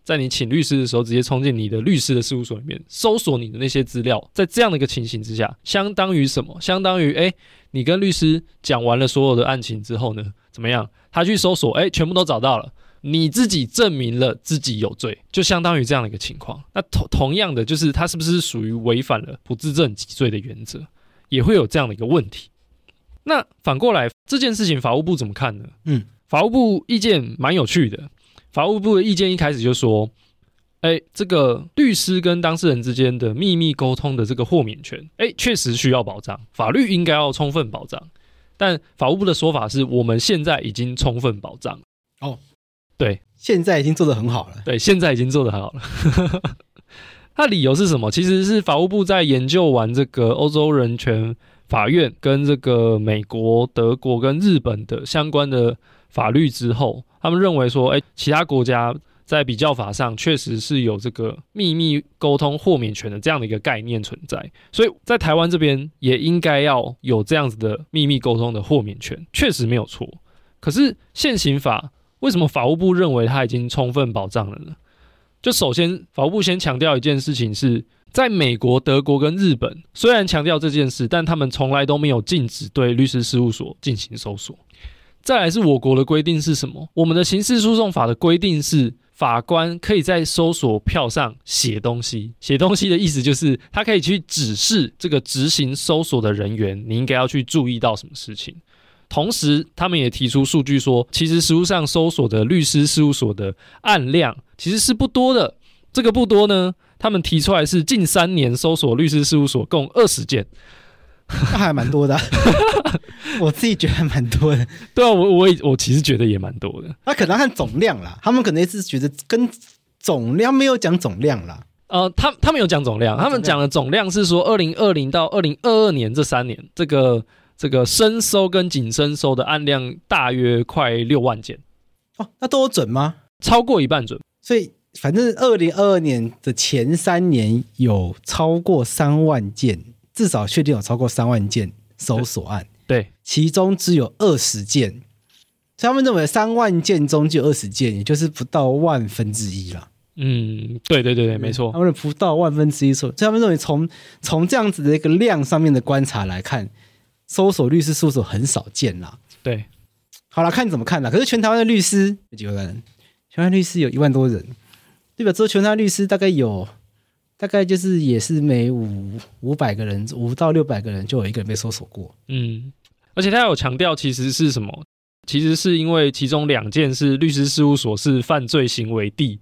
在你请律师的时候直接冲进你的律师的事务所里面搜索你的那些资料，在这样的一个情形之下，相当于什么？相当于你跟律师讲完了所有的案情之后呢，怎么样？他去搜索，全部都找到了，你自己证明了自己有罪，就相当于这样的一个情况。那同样的，就是他是不是属于违反了不自证己罪的原则，也会有这样的一个问题。那反过来，这件事情法务部怎么看呢？法务部意见蛮有趣的。法务部的意见一开始就说，这个律师跟当事人之间的秘密沟通的这个豁免权，确实需要保障，法律应该要充分保障。但法务部的说法是，我们现在已经充分保障。对， 现在已经做得很好了。 对，现在已经做得很好了。他理由是什么？其实是法务部在研究完这个欧洲人权法院跟这个美国、德国跟日本的相关的法律之后，他们认为说，其他国家在比较法上确实是有这个秘密沟通豁免权的这样的一个概念存在，所以在台湾这边也应该要有这样子的秘密沟通的豁免权，确实没有错。可是现行法为什么法务部认为它已经充分保障了呢？就首先，法务部先强调一件事情是，在美国、德国跟日本，虽然强调这件事，但他们从来都没有禁止对律师事务所进行搜索。再来是我国的规定是什么？我们的刑事诉讼法的规定是，法官可以在搜索票上写东西。写东西的意思就是，他可以去指示这个执行搜索的人员，你应该要去注意到什么事情。同时，他们也提出数据说，其实实务上搜索的律师事务所的案量其实是不多的。这个不多呢，他们提出来是近3年搜索律师事务所共20件， 那还蛮多的我自己觉得还蛮多的。 对啊，我其实觉得也蛮多的。 那可能看总量啦，他们可能是觉得跟总量没有讲总量啦。 他们有讲总量，他们讲的总量是说2020到2022年这3年，这个申收跟仅申收的案量大约快6万件。 那都有准吗？ 超过一半准。 所以反正2022年的前3年有超过3万件，至少确定有超过3万件搜索案。 对， 其中只有20件，所以他们认为3万件中就有20件，也就是不到1/1000啦。 对，没错。 他们不到1/1000，所以他们认为从这样子的一个量上面的观察来看，搜索律师事务所很少见啦。 对， 好啦，看你怎么看啦。可是全台湾的律师有几个人？全台湾律师有1万多人，代表说全台湾律师大概就是也是每500个人，5到600个人就有一个人被搜索过。 而且他有强调，其实是什么？其实是因为其中2件是律师事务所是犯罪行为地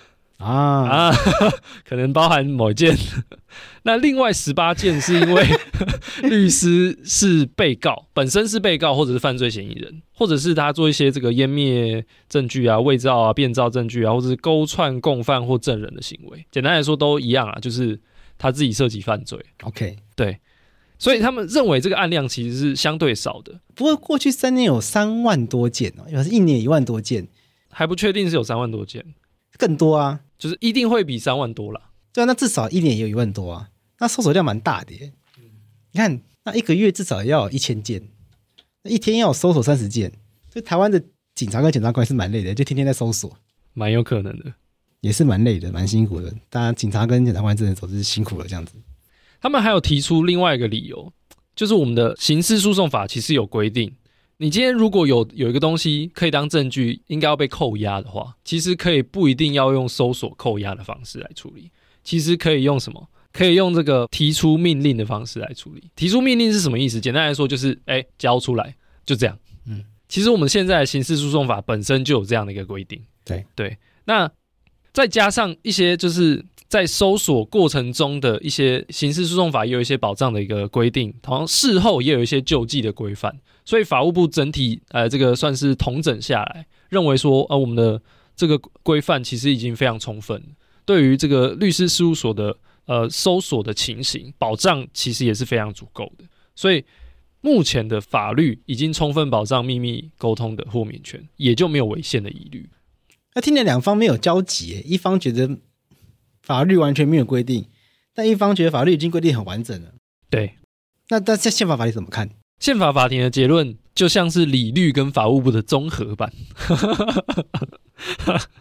可能包含某一件。那另外18件是因为律师是被告，本身是被告或者是犯罪嫌疑人，或者是他做一些这个湮灭证据啊、伪造啊、变造证据啊，或者是勾串共犯或证人的行为。简单来说都一样啊，就是他自己涉及犯罪。 OK， 对，所以他们认为这个案量其实是相对少的。 不过过去3年有3万多件哦，有1年1万多件， 还不确定是有3万多件， 更多啊， 就是一定会比3万多啦。 对啊，那至少1年也有1万多啊，那搜索量蛮大的耶。你看，那1个月至少要有1000件，那1天要有搜索30件，所以台湾的警察跟检察官是蛮累的，就天天在搜索， 蛮有可能的， 也是蛮累的，蛮辛苦的。当然，警察跟检察官真的都是辛苦了这样子。 他们还有提出另外一个理由，就是我们的刑事诉讼法其实有规定，你今天如果有一个东西可以当证据，应该要被扣押的话，其实可以不一定要用搜索扣押的方式来处理，其实可以用什么？可以用这个提出命令的方式来处理。提出命令是什么意思？简单来说就是交出来，就这样。其实我们现在的刑事诉讼法本身就有这样的一个规定。对，那再加上一些就是在搜索过程中的一些刑事诉讼法也有一些保障的一个规定，好像事后也有一些救济的规范，所以法务部整体这个算是统整下来，认为说我们的这个规范其实已经非常充分，对于这个律师事务所的搜索的情形保障其实也是非常足够的，所以目前的法律已经充分保障秘密沟通的豁免权，也就没有违宪的疑虑。 那听起来2方没有交集，一方觉得法律完全没有规定，但一方觉得法律已经规定很完整了。 对， 那宪法法庭怎么看？ 宪法法庭的结论就像是理律跟法务部的综合版。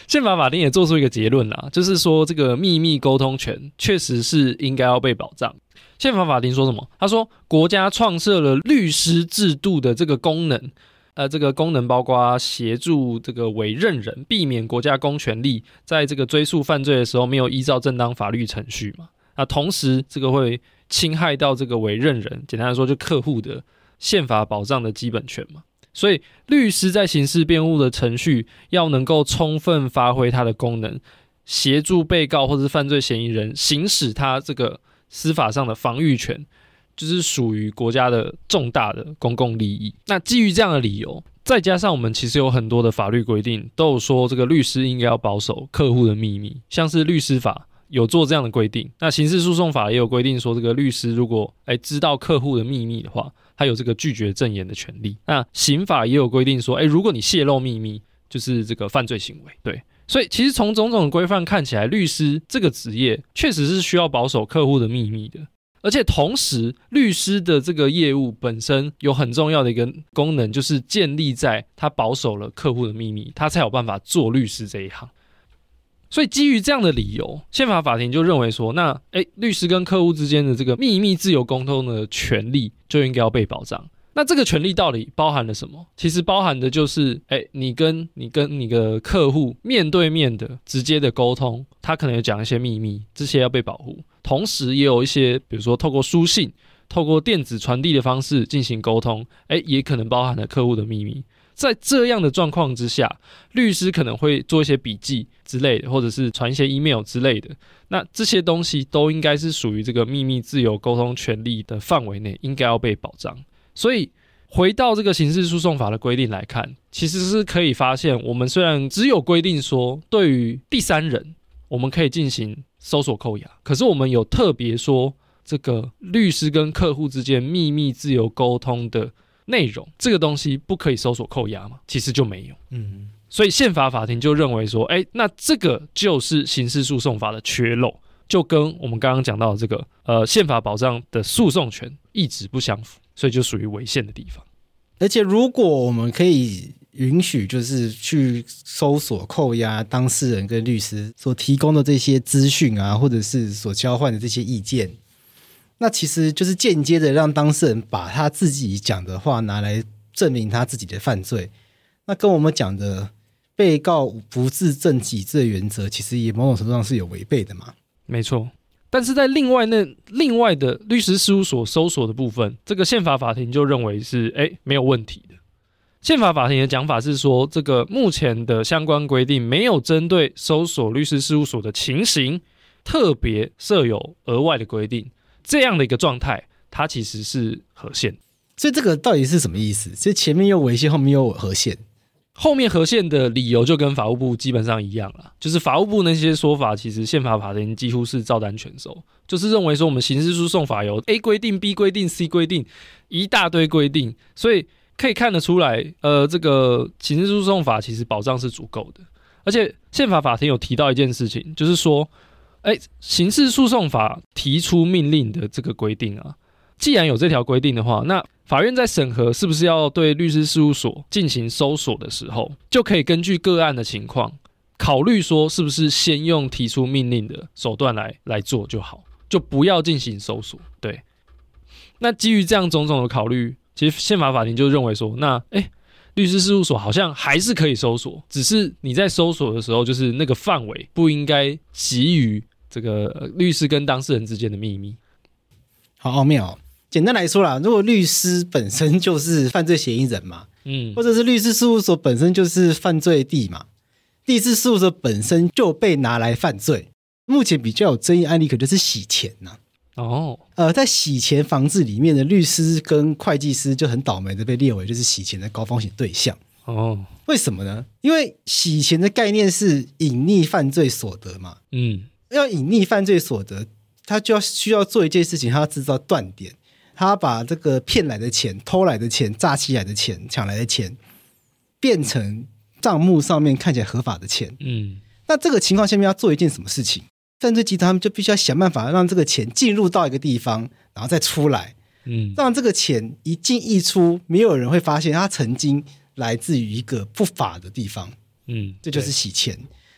宪法法庭也做出一个结论啦，就是说这个秘密沟通权确实是应该要被保障。宪法法庭说什么？他说国家创设了律师制度的这个功能，这个功能包括协助这个委任人避免国家公权力在这个追诉犯罪的时候没有依照正当法律程序嘛。同时这个会侵害到这个委任人，简单来说就客户的宪法保障的基本权嘛。所以律师在刑事辩护的程序要能够充分发挥他的功能，协助被告或者是犯罪嫌疑人行使他这个司法上的防御权，就是属于国家的重大的公共利益。那基于这样的理由，再加上我们其实有很多的法律规定都有说这个律师应该要保守客户的秘密，像是律师法有做这样的规定，那刑事诉讼法也有规定说这个律师如果知道客户的秘密的话，他有这个拒绝证言的权利。那刑法也有规定说如果你泄露秘密就是这个犯罪行为。对，所以其实从种种的规范看起来，律师这个职业确实是需要保守客户的秘密的。而且同时律师的这个业务本身有很重要的一个功能，就是建立在他保守了客户的秘密，他才有办法做律师这一行。所以基于这样的理由，宪法法庭就认为说，那律师跟客户之间的这个秘密自由沟通的权利就应该要被保障。那这个权利到底包含了什么？其实包含的就是你跟你的客户面对面的直接的沟通，他可能有讲一些秘密，这些要被保护。同时也有一些比如说透过书信、透过电子传递的方式进行沟通，也可能包含了客户的秘密。在这样的状况之下，律师可能会做一些笔记之类的，或者是传一些 email 之类的，那这些东西都应该是属于这个秘密自由沟通权利的范围内，应该要被保障。所以回到这个刑事诉讼法的规定来看，其实是可以发现，我们虽然只有规定说对于第三人我们可以进行搜索扣押，可是我们有特别说这个律师跟客户之间秘密自由沟通的内容，这个东西不可以搜索扣押吗？其实就没有。所以宪法法庭就认为说，那这个就是刑事诉讼法的缺漏，就跟我们刚刚讲到的这个宪法保障的诉讼权一直不相符，所以就属于违宪的地方。 而且如果我们可以允许就是去搜索扣押当事人跟律师所提供的这些资讯啊，或者是所交换的这些意见，那其实就是间接的让当事人把他自己讲的话拿来证明他自己的犯罪，那跟我们讲的被告不自证己罪的原则其实也某种程度上是有违背的嘛。 没错，但是在另外的律师事务所搜索的部分，这个宪法法庭就认为是没有问题的。宪法法庭的讲法是说，这个目前的相关规定没有针对搜索律师事务所的情形特别设有额外的规定，这样的一个状态它其实是合宪。 所以这个到底是什么意思？就前面又违宪，后面又合宪。 后面合宪的理由就跟法务部基本上一样啦，就是法务部那些说法其实宪法法庭几乎是照单全收，就是认为说我们刑事诉讼法有 A 规定 B 规定 C 规定一大堆规定，所以可以看得出来这个刑事诉讼法其实保障是足够的。而且宪法法庭有提到一件事情，就是说刑事诉讼法提出命令的这个规定啊，既然有这条规定的话，那法院在审核是不是要对律师事务所进行搜索的时候，就可以根据个案的情况考虑说是不是先用提出命令的手段来做就好，就不要进行搜索。对，那基于这样种种的考虑，其实宪法法庭就认为说，那律师事务所好像还是可以搜索，只是你在搜索的时候，就是那个范围不应该给予这个律师跟当事人之间的秘密。 好奥妙哦。简单来说啦，如果律师本身就是犯罪嫌疑人嘛，或者是律师事务所本身就是犯罪地嘛，律师事务所本身就被拿来犯罪。目前比较有争议案例可就是洗钱呐。在洗钱防治里面的律师跟会计师就很倒霉的被列为就是洗钱的高风险对象。为什么呢？因为洗钱的概念是隐匿犯罪所得嘛。要隐匿犯罪所得，他就需要做一件事情，他要制造断点。他把这个骗来的钱、偷来的钱、诈欺来的钱、抢来的钱变成账目上面看起来合法的钱。那这个情况下面要做一件什么事情？犯罪集团他们就必须要想办法让这个钱进入到一个地方，然后再出来，让这个钱一进一出，没有人会发现它曾经来自于一个不法的地方。这就是洗钱。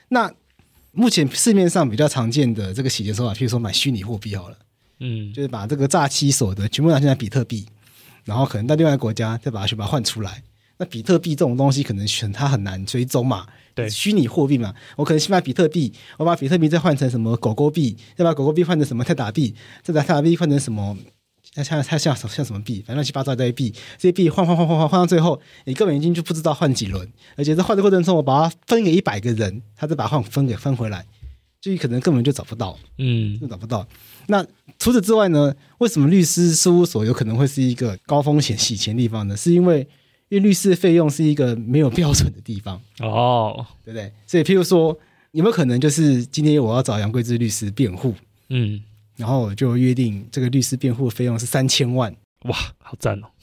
那目前市面上比较常见的这个洗钱手法，譬如说买虚拟货币好了，就是把这个诈欺所得全部拿进来比特币，然后可能到另外一个国家再把它换出来。那比特币这种东西可能它很难追踪嘛，对，虚拟货币嘛，我可能先买比特币，我把比特币再换成什么狗狗币，再把狗狗币换成什么泰达币，再把泰达币换成什么像什么币，反正乱七八糟的币，这些币换到最后，你根本已经就不知道换几轮，而且在换的过程中，我把它分给100个人，他再把它分回来，就可能根本就找不到，就找不到。那除此之外呢，为什么律师事务所有可能会是一个高风险洗钱地方呢？是因为律师的费用是一个没有标准的地方哦，对不对？所以譬如说，有没有可能就是今天我要找杨贵枝律师辩护，然后我就约定这个律师辩护的费用是3000万， 哇，好赞哦！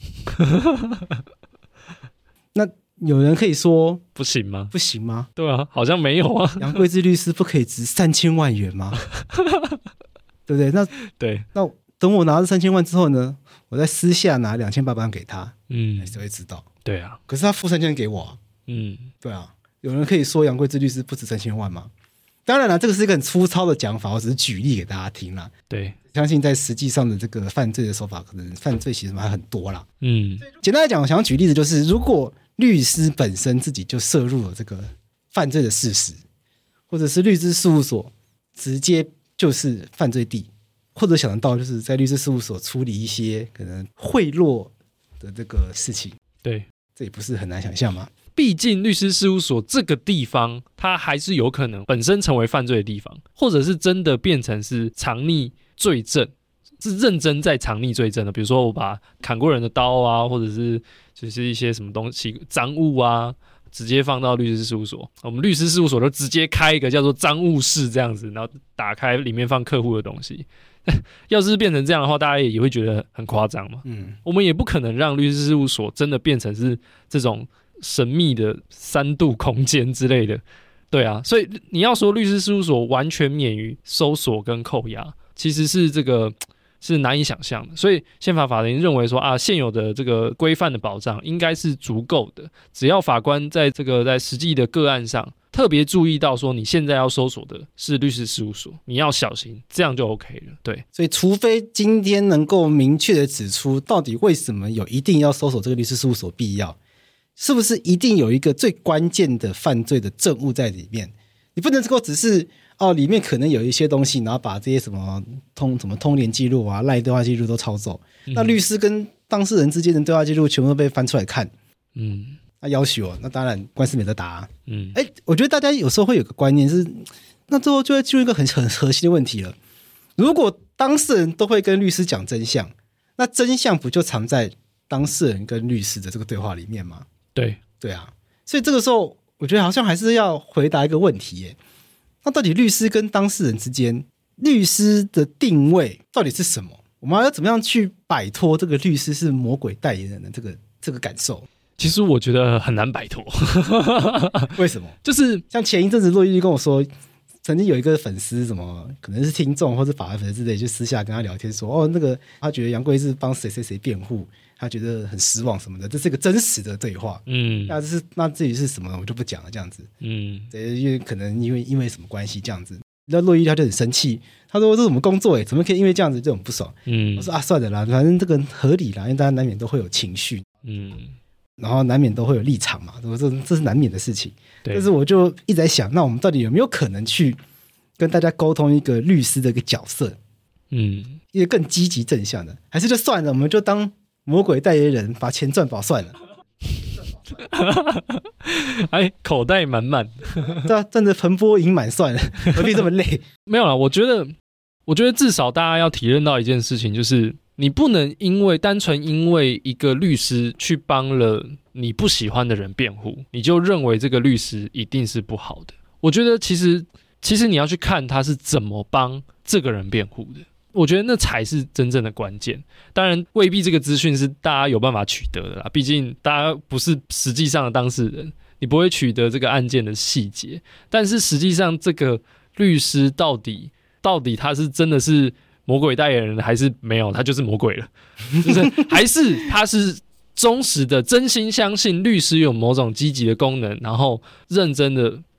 那有人可以说不行吗？ 不行吗？ 对啊，好像没有啊。 杨贵枝律师不可以值3000万元吗？对不对？那等我拿了3000万之后呢，我在私下拿2800万给他，还是会知道。 对啊， 可是他付3000给我啊，对啊。有人可以说杨贵枝律师不值3000万吗？当然了，这个是一个很粗糙的讲法，我只是举例给大家听啦。 对， 相信在实际上的这个犯罪的手法，可能犯罪其实还很多啦。简单来讲，我想要举例子就是，如果律师本身自己就涉入了这个犯罪的事实，或者是律师事务所直接就是犯罪地，或者想得到就是在律师事务所处理一些可能贿赂的这个事情， 对， 这也不是很难想象嘛。 毕竟律师事务所这个地方，它还是有可能本身成为犯罪的地方，或者是真的变成是藏匿罪证，是认真在藏匿罪证的。比如说我把砍过人的刀啊，或者是就是一些什么东西赃物啊，直接放到律师事务所，我们律师事务所就直接开一个叫做赃物室这样子，然后打开里面放客户的东西。要是变成这样的话，大家也会觉得很夸张嘛。我们也不可能让律师事务所真的变成是这种神秘的3度空间之类的，对啊，所以你要说律师事务所完全免于搜索跟扣押，其实是这个是难以想象的。所以宪法法庭认为说啊，现有的这个规范的保障应该是足够的，只要法官在实际的个案上特别注意到说你现在要搜索的是律师事务所，你要小心，这样就 OK 了。对， 所以除非今天能够明确的指出到底为什么有一定要搜索这个律师事务所必要，是不是一定有一个最关键的犯罪的证物在里面，你不能够只是里面可能有一些东西，然后把这些什么通联记录啊、LINE 对话记录都抄走，那律师跟当事人之间的对话记录全部都被翻出来看，那要求那当然官司没得打啊。我觉得大家有时候会有个观念是，那最后就会进入一个很核心的问题了。如果当事人都会跟律师讲真相，那真相不就藏在当事人跟律师的这个对话里面吗？对啊，所以这个时候我觉得好像还是要回答一个问题耶，那到底律师跟当事人之间，律师的定位到底是什么？我们要怎么样去摆脱这个律师是魔鬼代言人的这个感受？ 其实我觉得很难摆脱。 为什么？ 就是像前一阵子骆玉跟我说，曾经有一个粉丝什么可能是听众或是法律粉丝之类，就私下跟他聊天说，那个他觉得杨贵枝帮谁谁谁辩护，他觉得很失望什么的，这是一个真实的对话。那至于是什么我就不讲了，这样子。因为可能因为什么关系这样子，那骆玉他就很生气，他说这是我们工作怎么可以因为这样子这种不爽？我说算了啦，反正这个合理啦，因为大家难免都会有情绪。然后难免都会有立场嘛，这是难免的事情。但是我就一直在想，那我们到底有没有可能去跟大家沟通一个律师的一个角色？一个更积极正向的，还是就算了，我们就当魔鬼代言人，把钱赚饱算了。 口袋满满， 对啊，赚得盆钵盈满算了，何必这么累？ 没有啦，我觉得至少大家要体认到一件事情，就是你不能单纯因为一个律师去帮了你不喜欢的人辩护，你就认为这个律师一定是不好的。我觉得其实你要去看他是怎么帮这个人辩护的，我觉得那才是真正的关键。当然未必这个资讯是大家有办法取得的啦，毕竟大家不是实际上的当事人，你不会取得这个案件的细节。但是实际上这个律师到底他是真的是魔鬼代言人还是没有，他就是魔鬼了，就是还是他是忠实的真心相信律师有某种积极的功能，然后认真的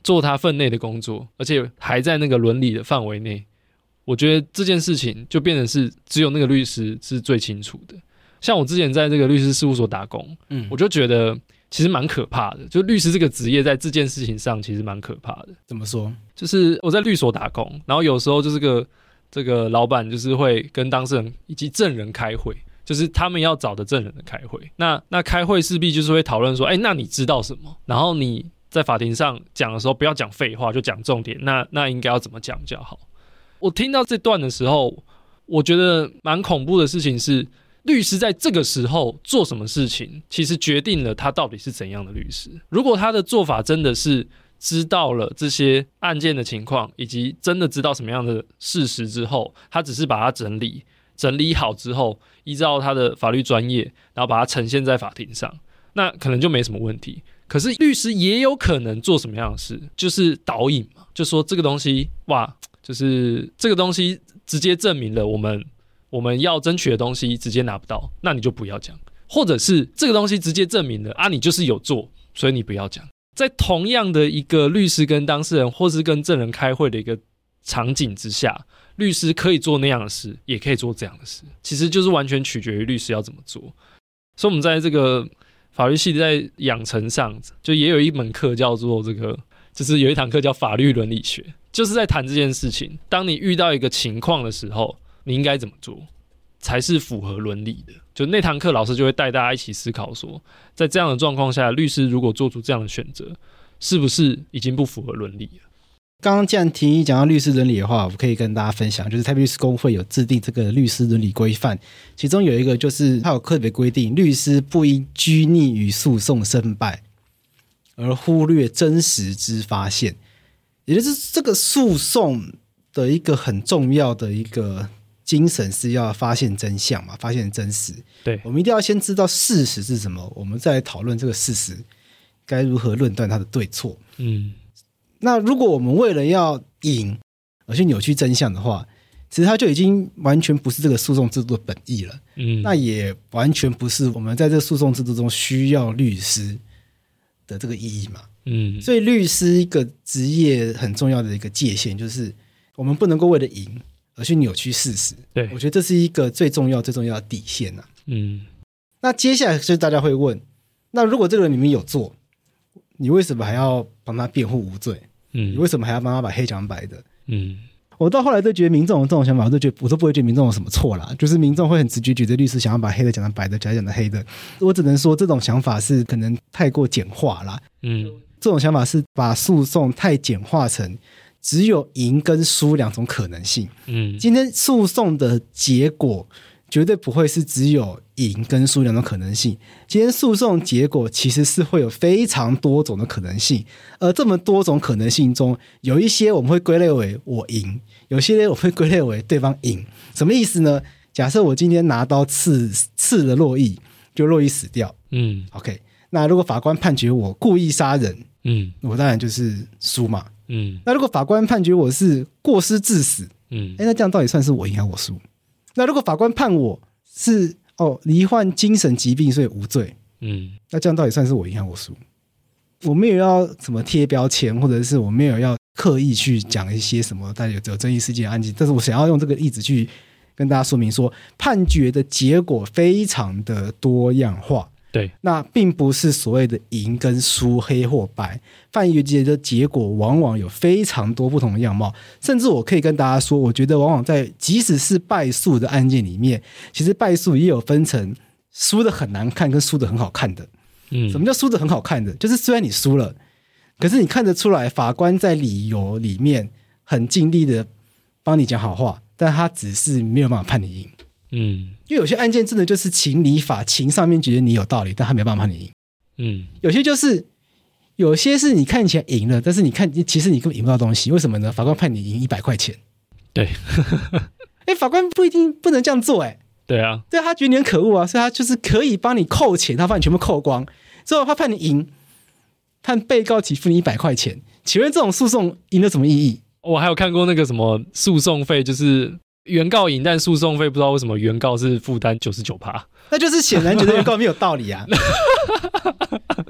做他分内的工作，而且还在那个伦理的范围内，我觉得这件事情就变成是只有那个律师是最清楚的。像我之前在这个律师事务所打工，我就觉得其实蛮可怕的，就律师这个职业在这件事情上其实蛮可怕的。 怎么说？就是我在律所打工，然后有时候就是这个老板就是会跟当事人以及证人开会，就是他们要找的证人的开会。那开会势必就是会讨论说，那你知道什么？然后你在法庭上讲的时候不要讲废话，就讲重点。那应该要怎么讲比较好？我听到这段的时候，我觉得蛮恐怖的事情是，律师在这个时候做什么事情，其实决定了他到底是怎样的律师。如果他的做法真的是知道了这些案件的情况，以及真的知道什么样的事实之后，他只是把它整理好之后，依照他的法律专业，然后把它呈现在法庭上，那可能就没什么问题。可是律师也有可能做什么样的事，就是导引嘛，就说这个东西，就是这个东西直接证明了我们要争取的东西直接拿不到，那你就不要讲。或者是这个东西直接证明了你就是有做，所以你不要讲。在同样的一个律师跟当事人或是跟证人开会的一个场景之下，律师可以做那样的事，也可以做这样的事，其实就是完全取决于律师要怎么做。所以我们在这个法律系在养成上，就也有一门课叫做就是有一堂课叫法律伦理学，就是在谈这件事情。当你遇到一个情况的时候，你应该怎么做才是符合伦理的？就那堂课老师就会带大家一起思考说，在这样的状况下，律师如果做出这样的选择，是不是已经不符合伦理了？ 刚刚既然提议讲到律师伦理的话，我可以跟大家分享，就是台北律师公会有制定这个律师伦理规范，其中有一个就是它有特别规定，律师不应拘泥于诉讼胜败，而忽略真实之发现。也就是这个诉讼的一个很重要的一个精神是要发现真相嘛，发现真实。 对， 我们一定要先知道事实是什么，我们再来讨论这个事实该如何论断它的对错。那如果我们为了要赢而去扭曲真相的话，其实它就已经完全不是这个诉讼制度的本意了。那也完全不是我们在这个诉讼制度中需要律师的这个意义嘛。所以律师一个职业很重要的一个界限，就是我们不能够为了赢而去扭曲事实。 对， 我觉得这是一个最重要的底线啊。那接下来就是大家会问，那如果这个人明明有做，你为什么还要帮他辩护无罪？你为什么还要帮他把黑讲白的？我到后来都觉得民众有这种想法，我都不会觉得民众有什么错啦，就是民众会很直觉觉得律师想要把黑的讲成白的，白的讲成黑的。我只能说这种想法是可能太过简化啦。这种想法是把诉讼太简化成只有赢跟输两种可能性。今天诉讼的结果绝对不会是只有赢跟输两种可能性，今天诉讼结果其实是会有非常多种的可能性，而这么多种可能性中，有一些我们会归类为我赢，有些我会归类为对方赢。什么意思呢？假设我今天拿刀刺了洛毅，就洛毅死掉，OK， 那如果法官判决我故意杀人，我当然就是输嘛。那如果法官判决我是过失致死，那这样到底算是我赢还是我输？那如果法官判我是罹患精神疾病所以无罪，那这样到底算是我赢还是我输？我没有要什么贴标签，或者是我没有要刻意去讲一些什么大家有争议事件的案件，但是我想要用这个例子去跟大家说明说，判决的结果非常的多样化。 对， 那并不是所谓的赢跟输黑或白，判决的结果往往有非常多不同的样貌，甚至我可以跟大家说，我觉得往往在即使是败诉的案件里面，其实败诉也有分成输的很难看跟输的很好看的。什么叫输的很好看的？就是虽然你输了，可是你看得出来法官在理由里面很尽力的帮你讲好话，但他只是没有办法判你赢。因为有些案件真的就是情理法，情上面觉得你有道理，但他没办法判你赢。有些是你看起来赢了，但是你看其实你根本赢不到东西。为什么呢？法官判你赢100块钱。对法官不一定不能这样做。 对啊， 对，他觉得你很可恶啊，所以他就是可以帮你扣钱，他帮你全部扣光之后，他判你赢，判被告给付你100块钱。请问这种诉讼赢了什么意义？ 我还有看过那个什么诉讼费，就是原告赢，但诉讼费不知道为什么原告是负担 99%， 那就是显然觉得原告没有道理啊。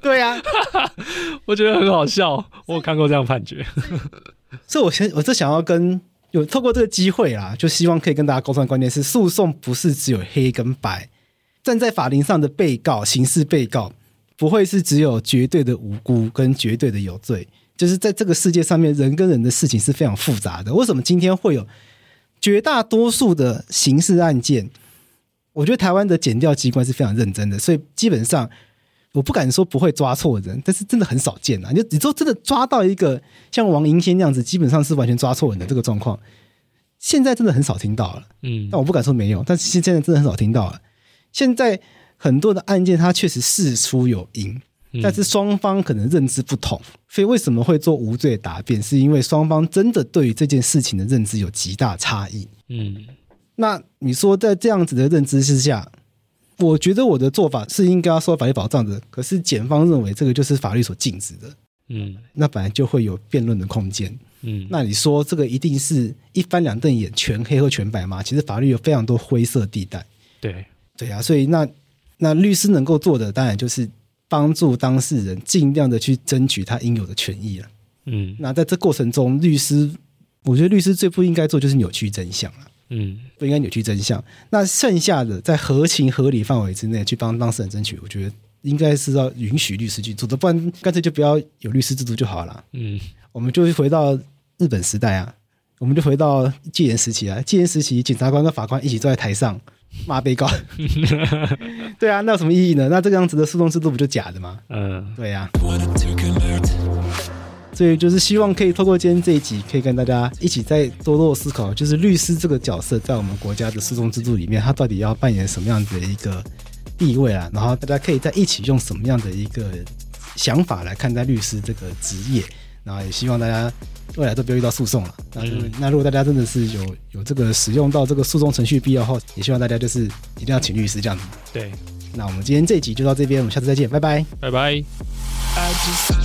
对啊， 我觉得很好笑，我有看过这样判决。 所以我就想要透过这个机会啦，就希望可以跟大家沟通的观念是，诉讼不是只有黑跟白，站在法庭上的被告，刑事被告不会是只有绝对的无辜跟绝对的有罪，就是在这个世界上面，人跟人的事情是非常复杂的。为什么今天会有绝大多数的刑事案件？我觉得台湾的检调机关是非常认真的，所以基本上我不敢说不会抓错人，但是真的很少见啊。你说真的抓到一个像王银仙那样子，基本上是完全抓错人的这个状况，现在真的很少听到了。但我不敢说没有，但是现在真的很少听到了。现在很多的案件它确实事出有因，但是双方可能认知不同，所以为什么会做无罪答辩，是因为双方真的对于这件事情的认知有极大差异。那你说在这样子的认知之下，我觉得我的做法是应该要受到法律保障的，可是检方认为这个就是法律所禁止的，那本来就会有辩论的空间。那你说这个一定是一翻两瞪眼全黑或全白吗？其实法律有非常多灰色地带。对啊，所以那律师能够做的当然就是帮助当事人尽量的去争取他应有的权益了。那在这过程中，我觉得律师最不应该做就是扭曲真相了。不应该扭曲真相。那剩下的在合情合理范围之内去帮当事人争取，我觉得应该是要允许律师去做的，不然干脆就不要有律师制度就好了。我们就回到日本时代啊，我们就回到戒严时期啊。戒严时期，检察官跟法官一起坐在台上骂被告，对啊，那有什么意义呢？那这个样子的诉讼制度不就假的吗？对啊。所以就是希望可以透过今天这一集，可以跟大家一起再多多思考，就是律师这个角色在我们国家的诉讼制度里面，他到底要扮演什么样的一个地位啊？然后大家可以在一起用什么样的一个想法来看待律师这个职业，然后也希望大家未来都不要遇到诉讼了。那如果大家真的是有这个使用到这个诉讼程序必要后，也希望大家就是一定要请律师这样子。 对， 那我们今天这一集就到这边，我们下次再见，拜拜， 拜拜。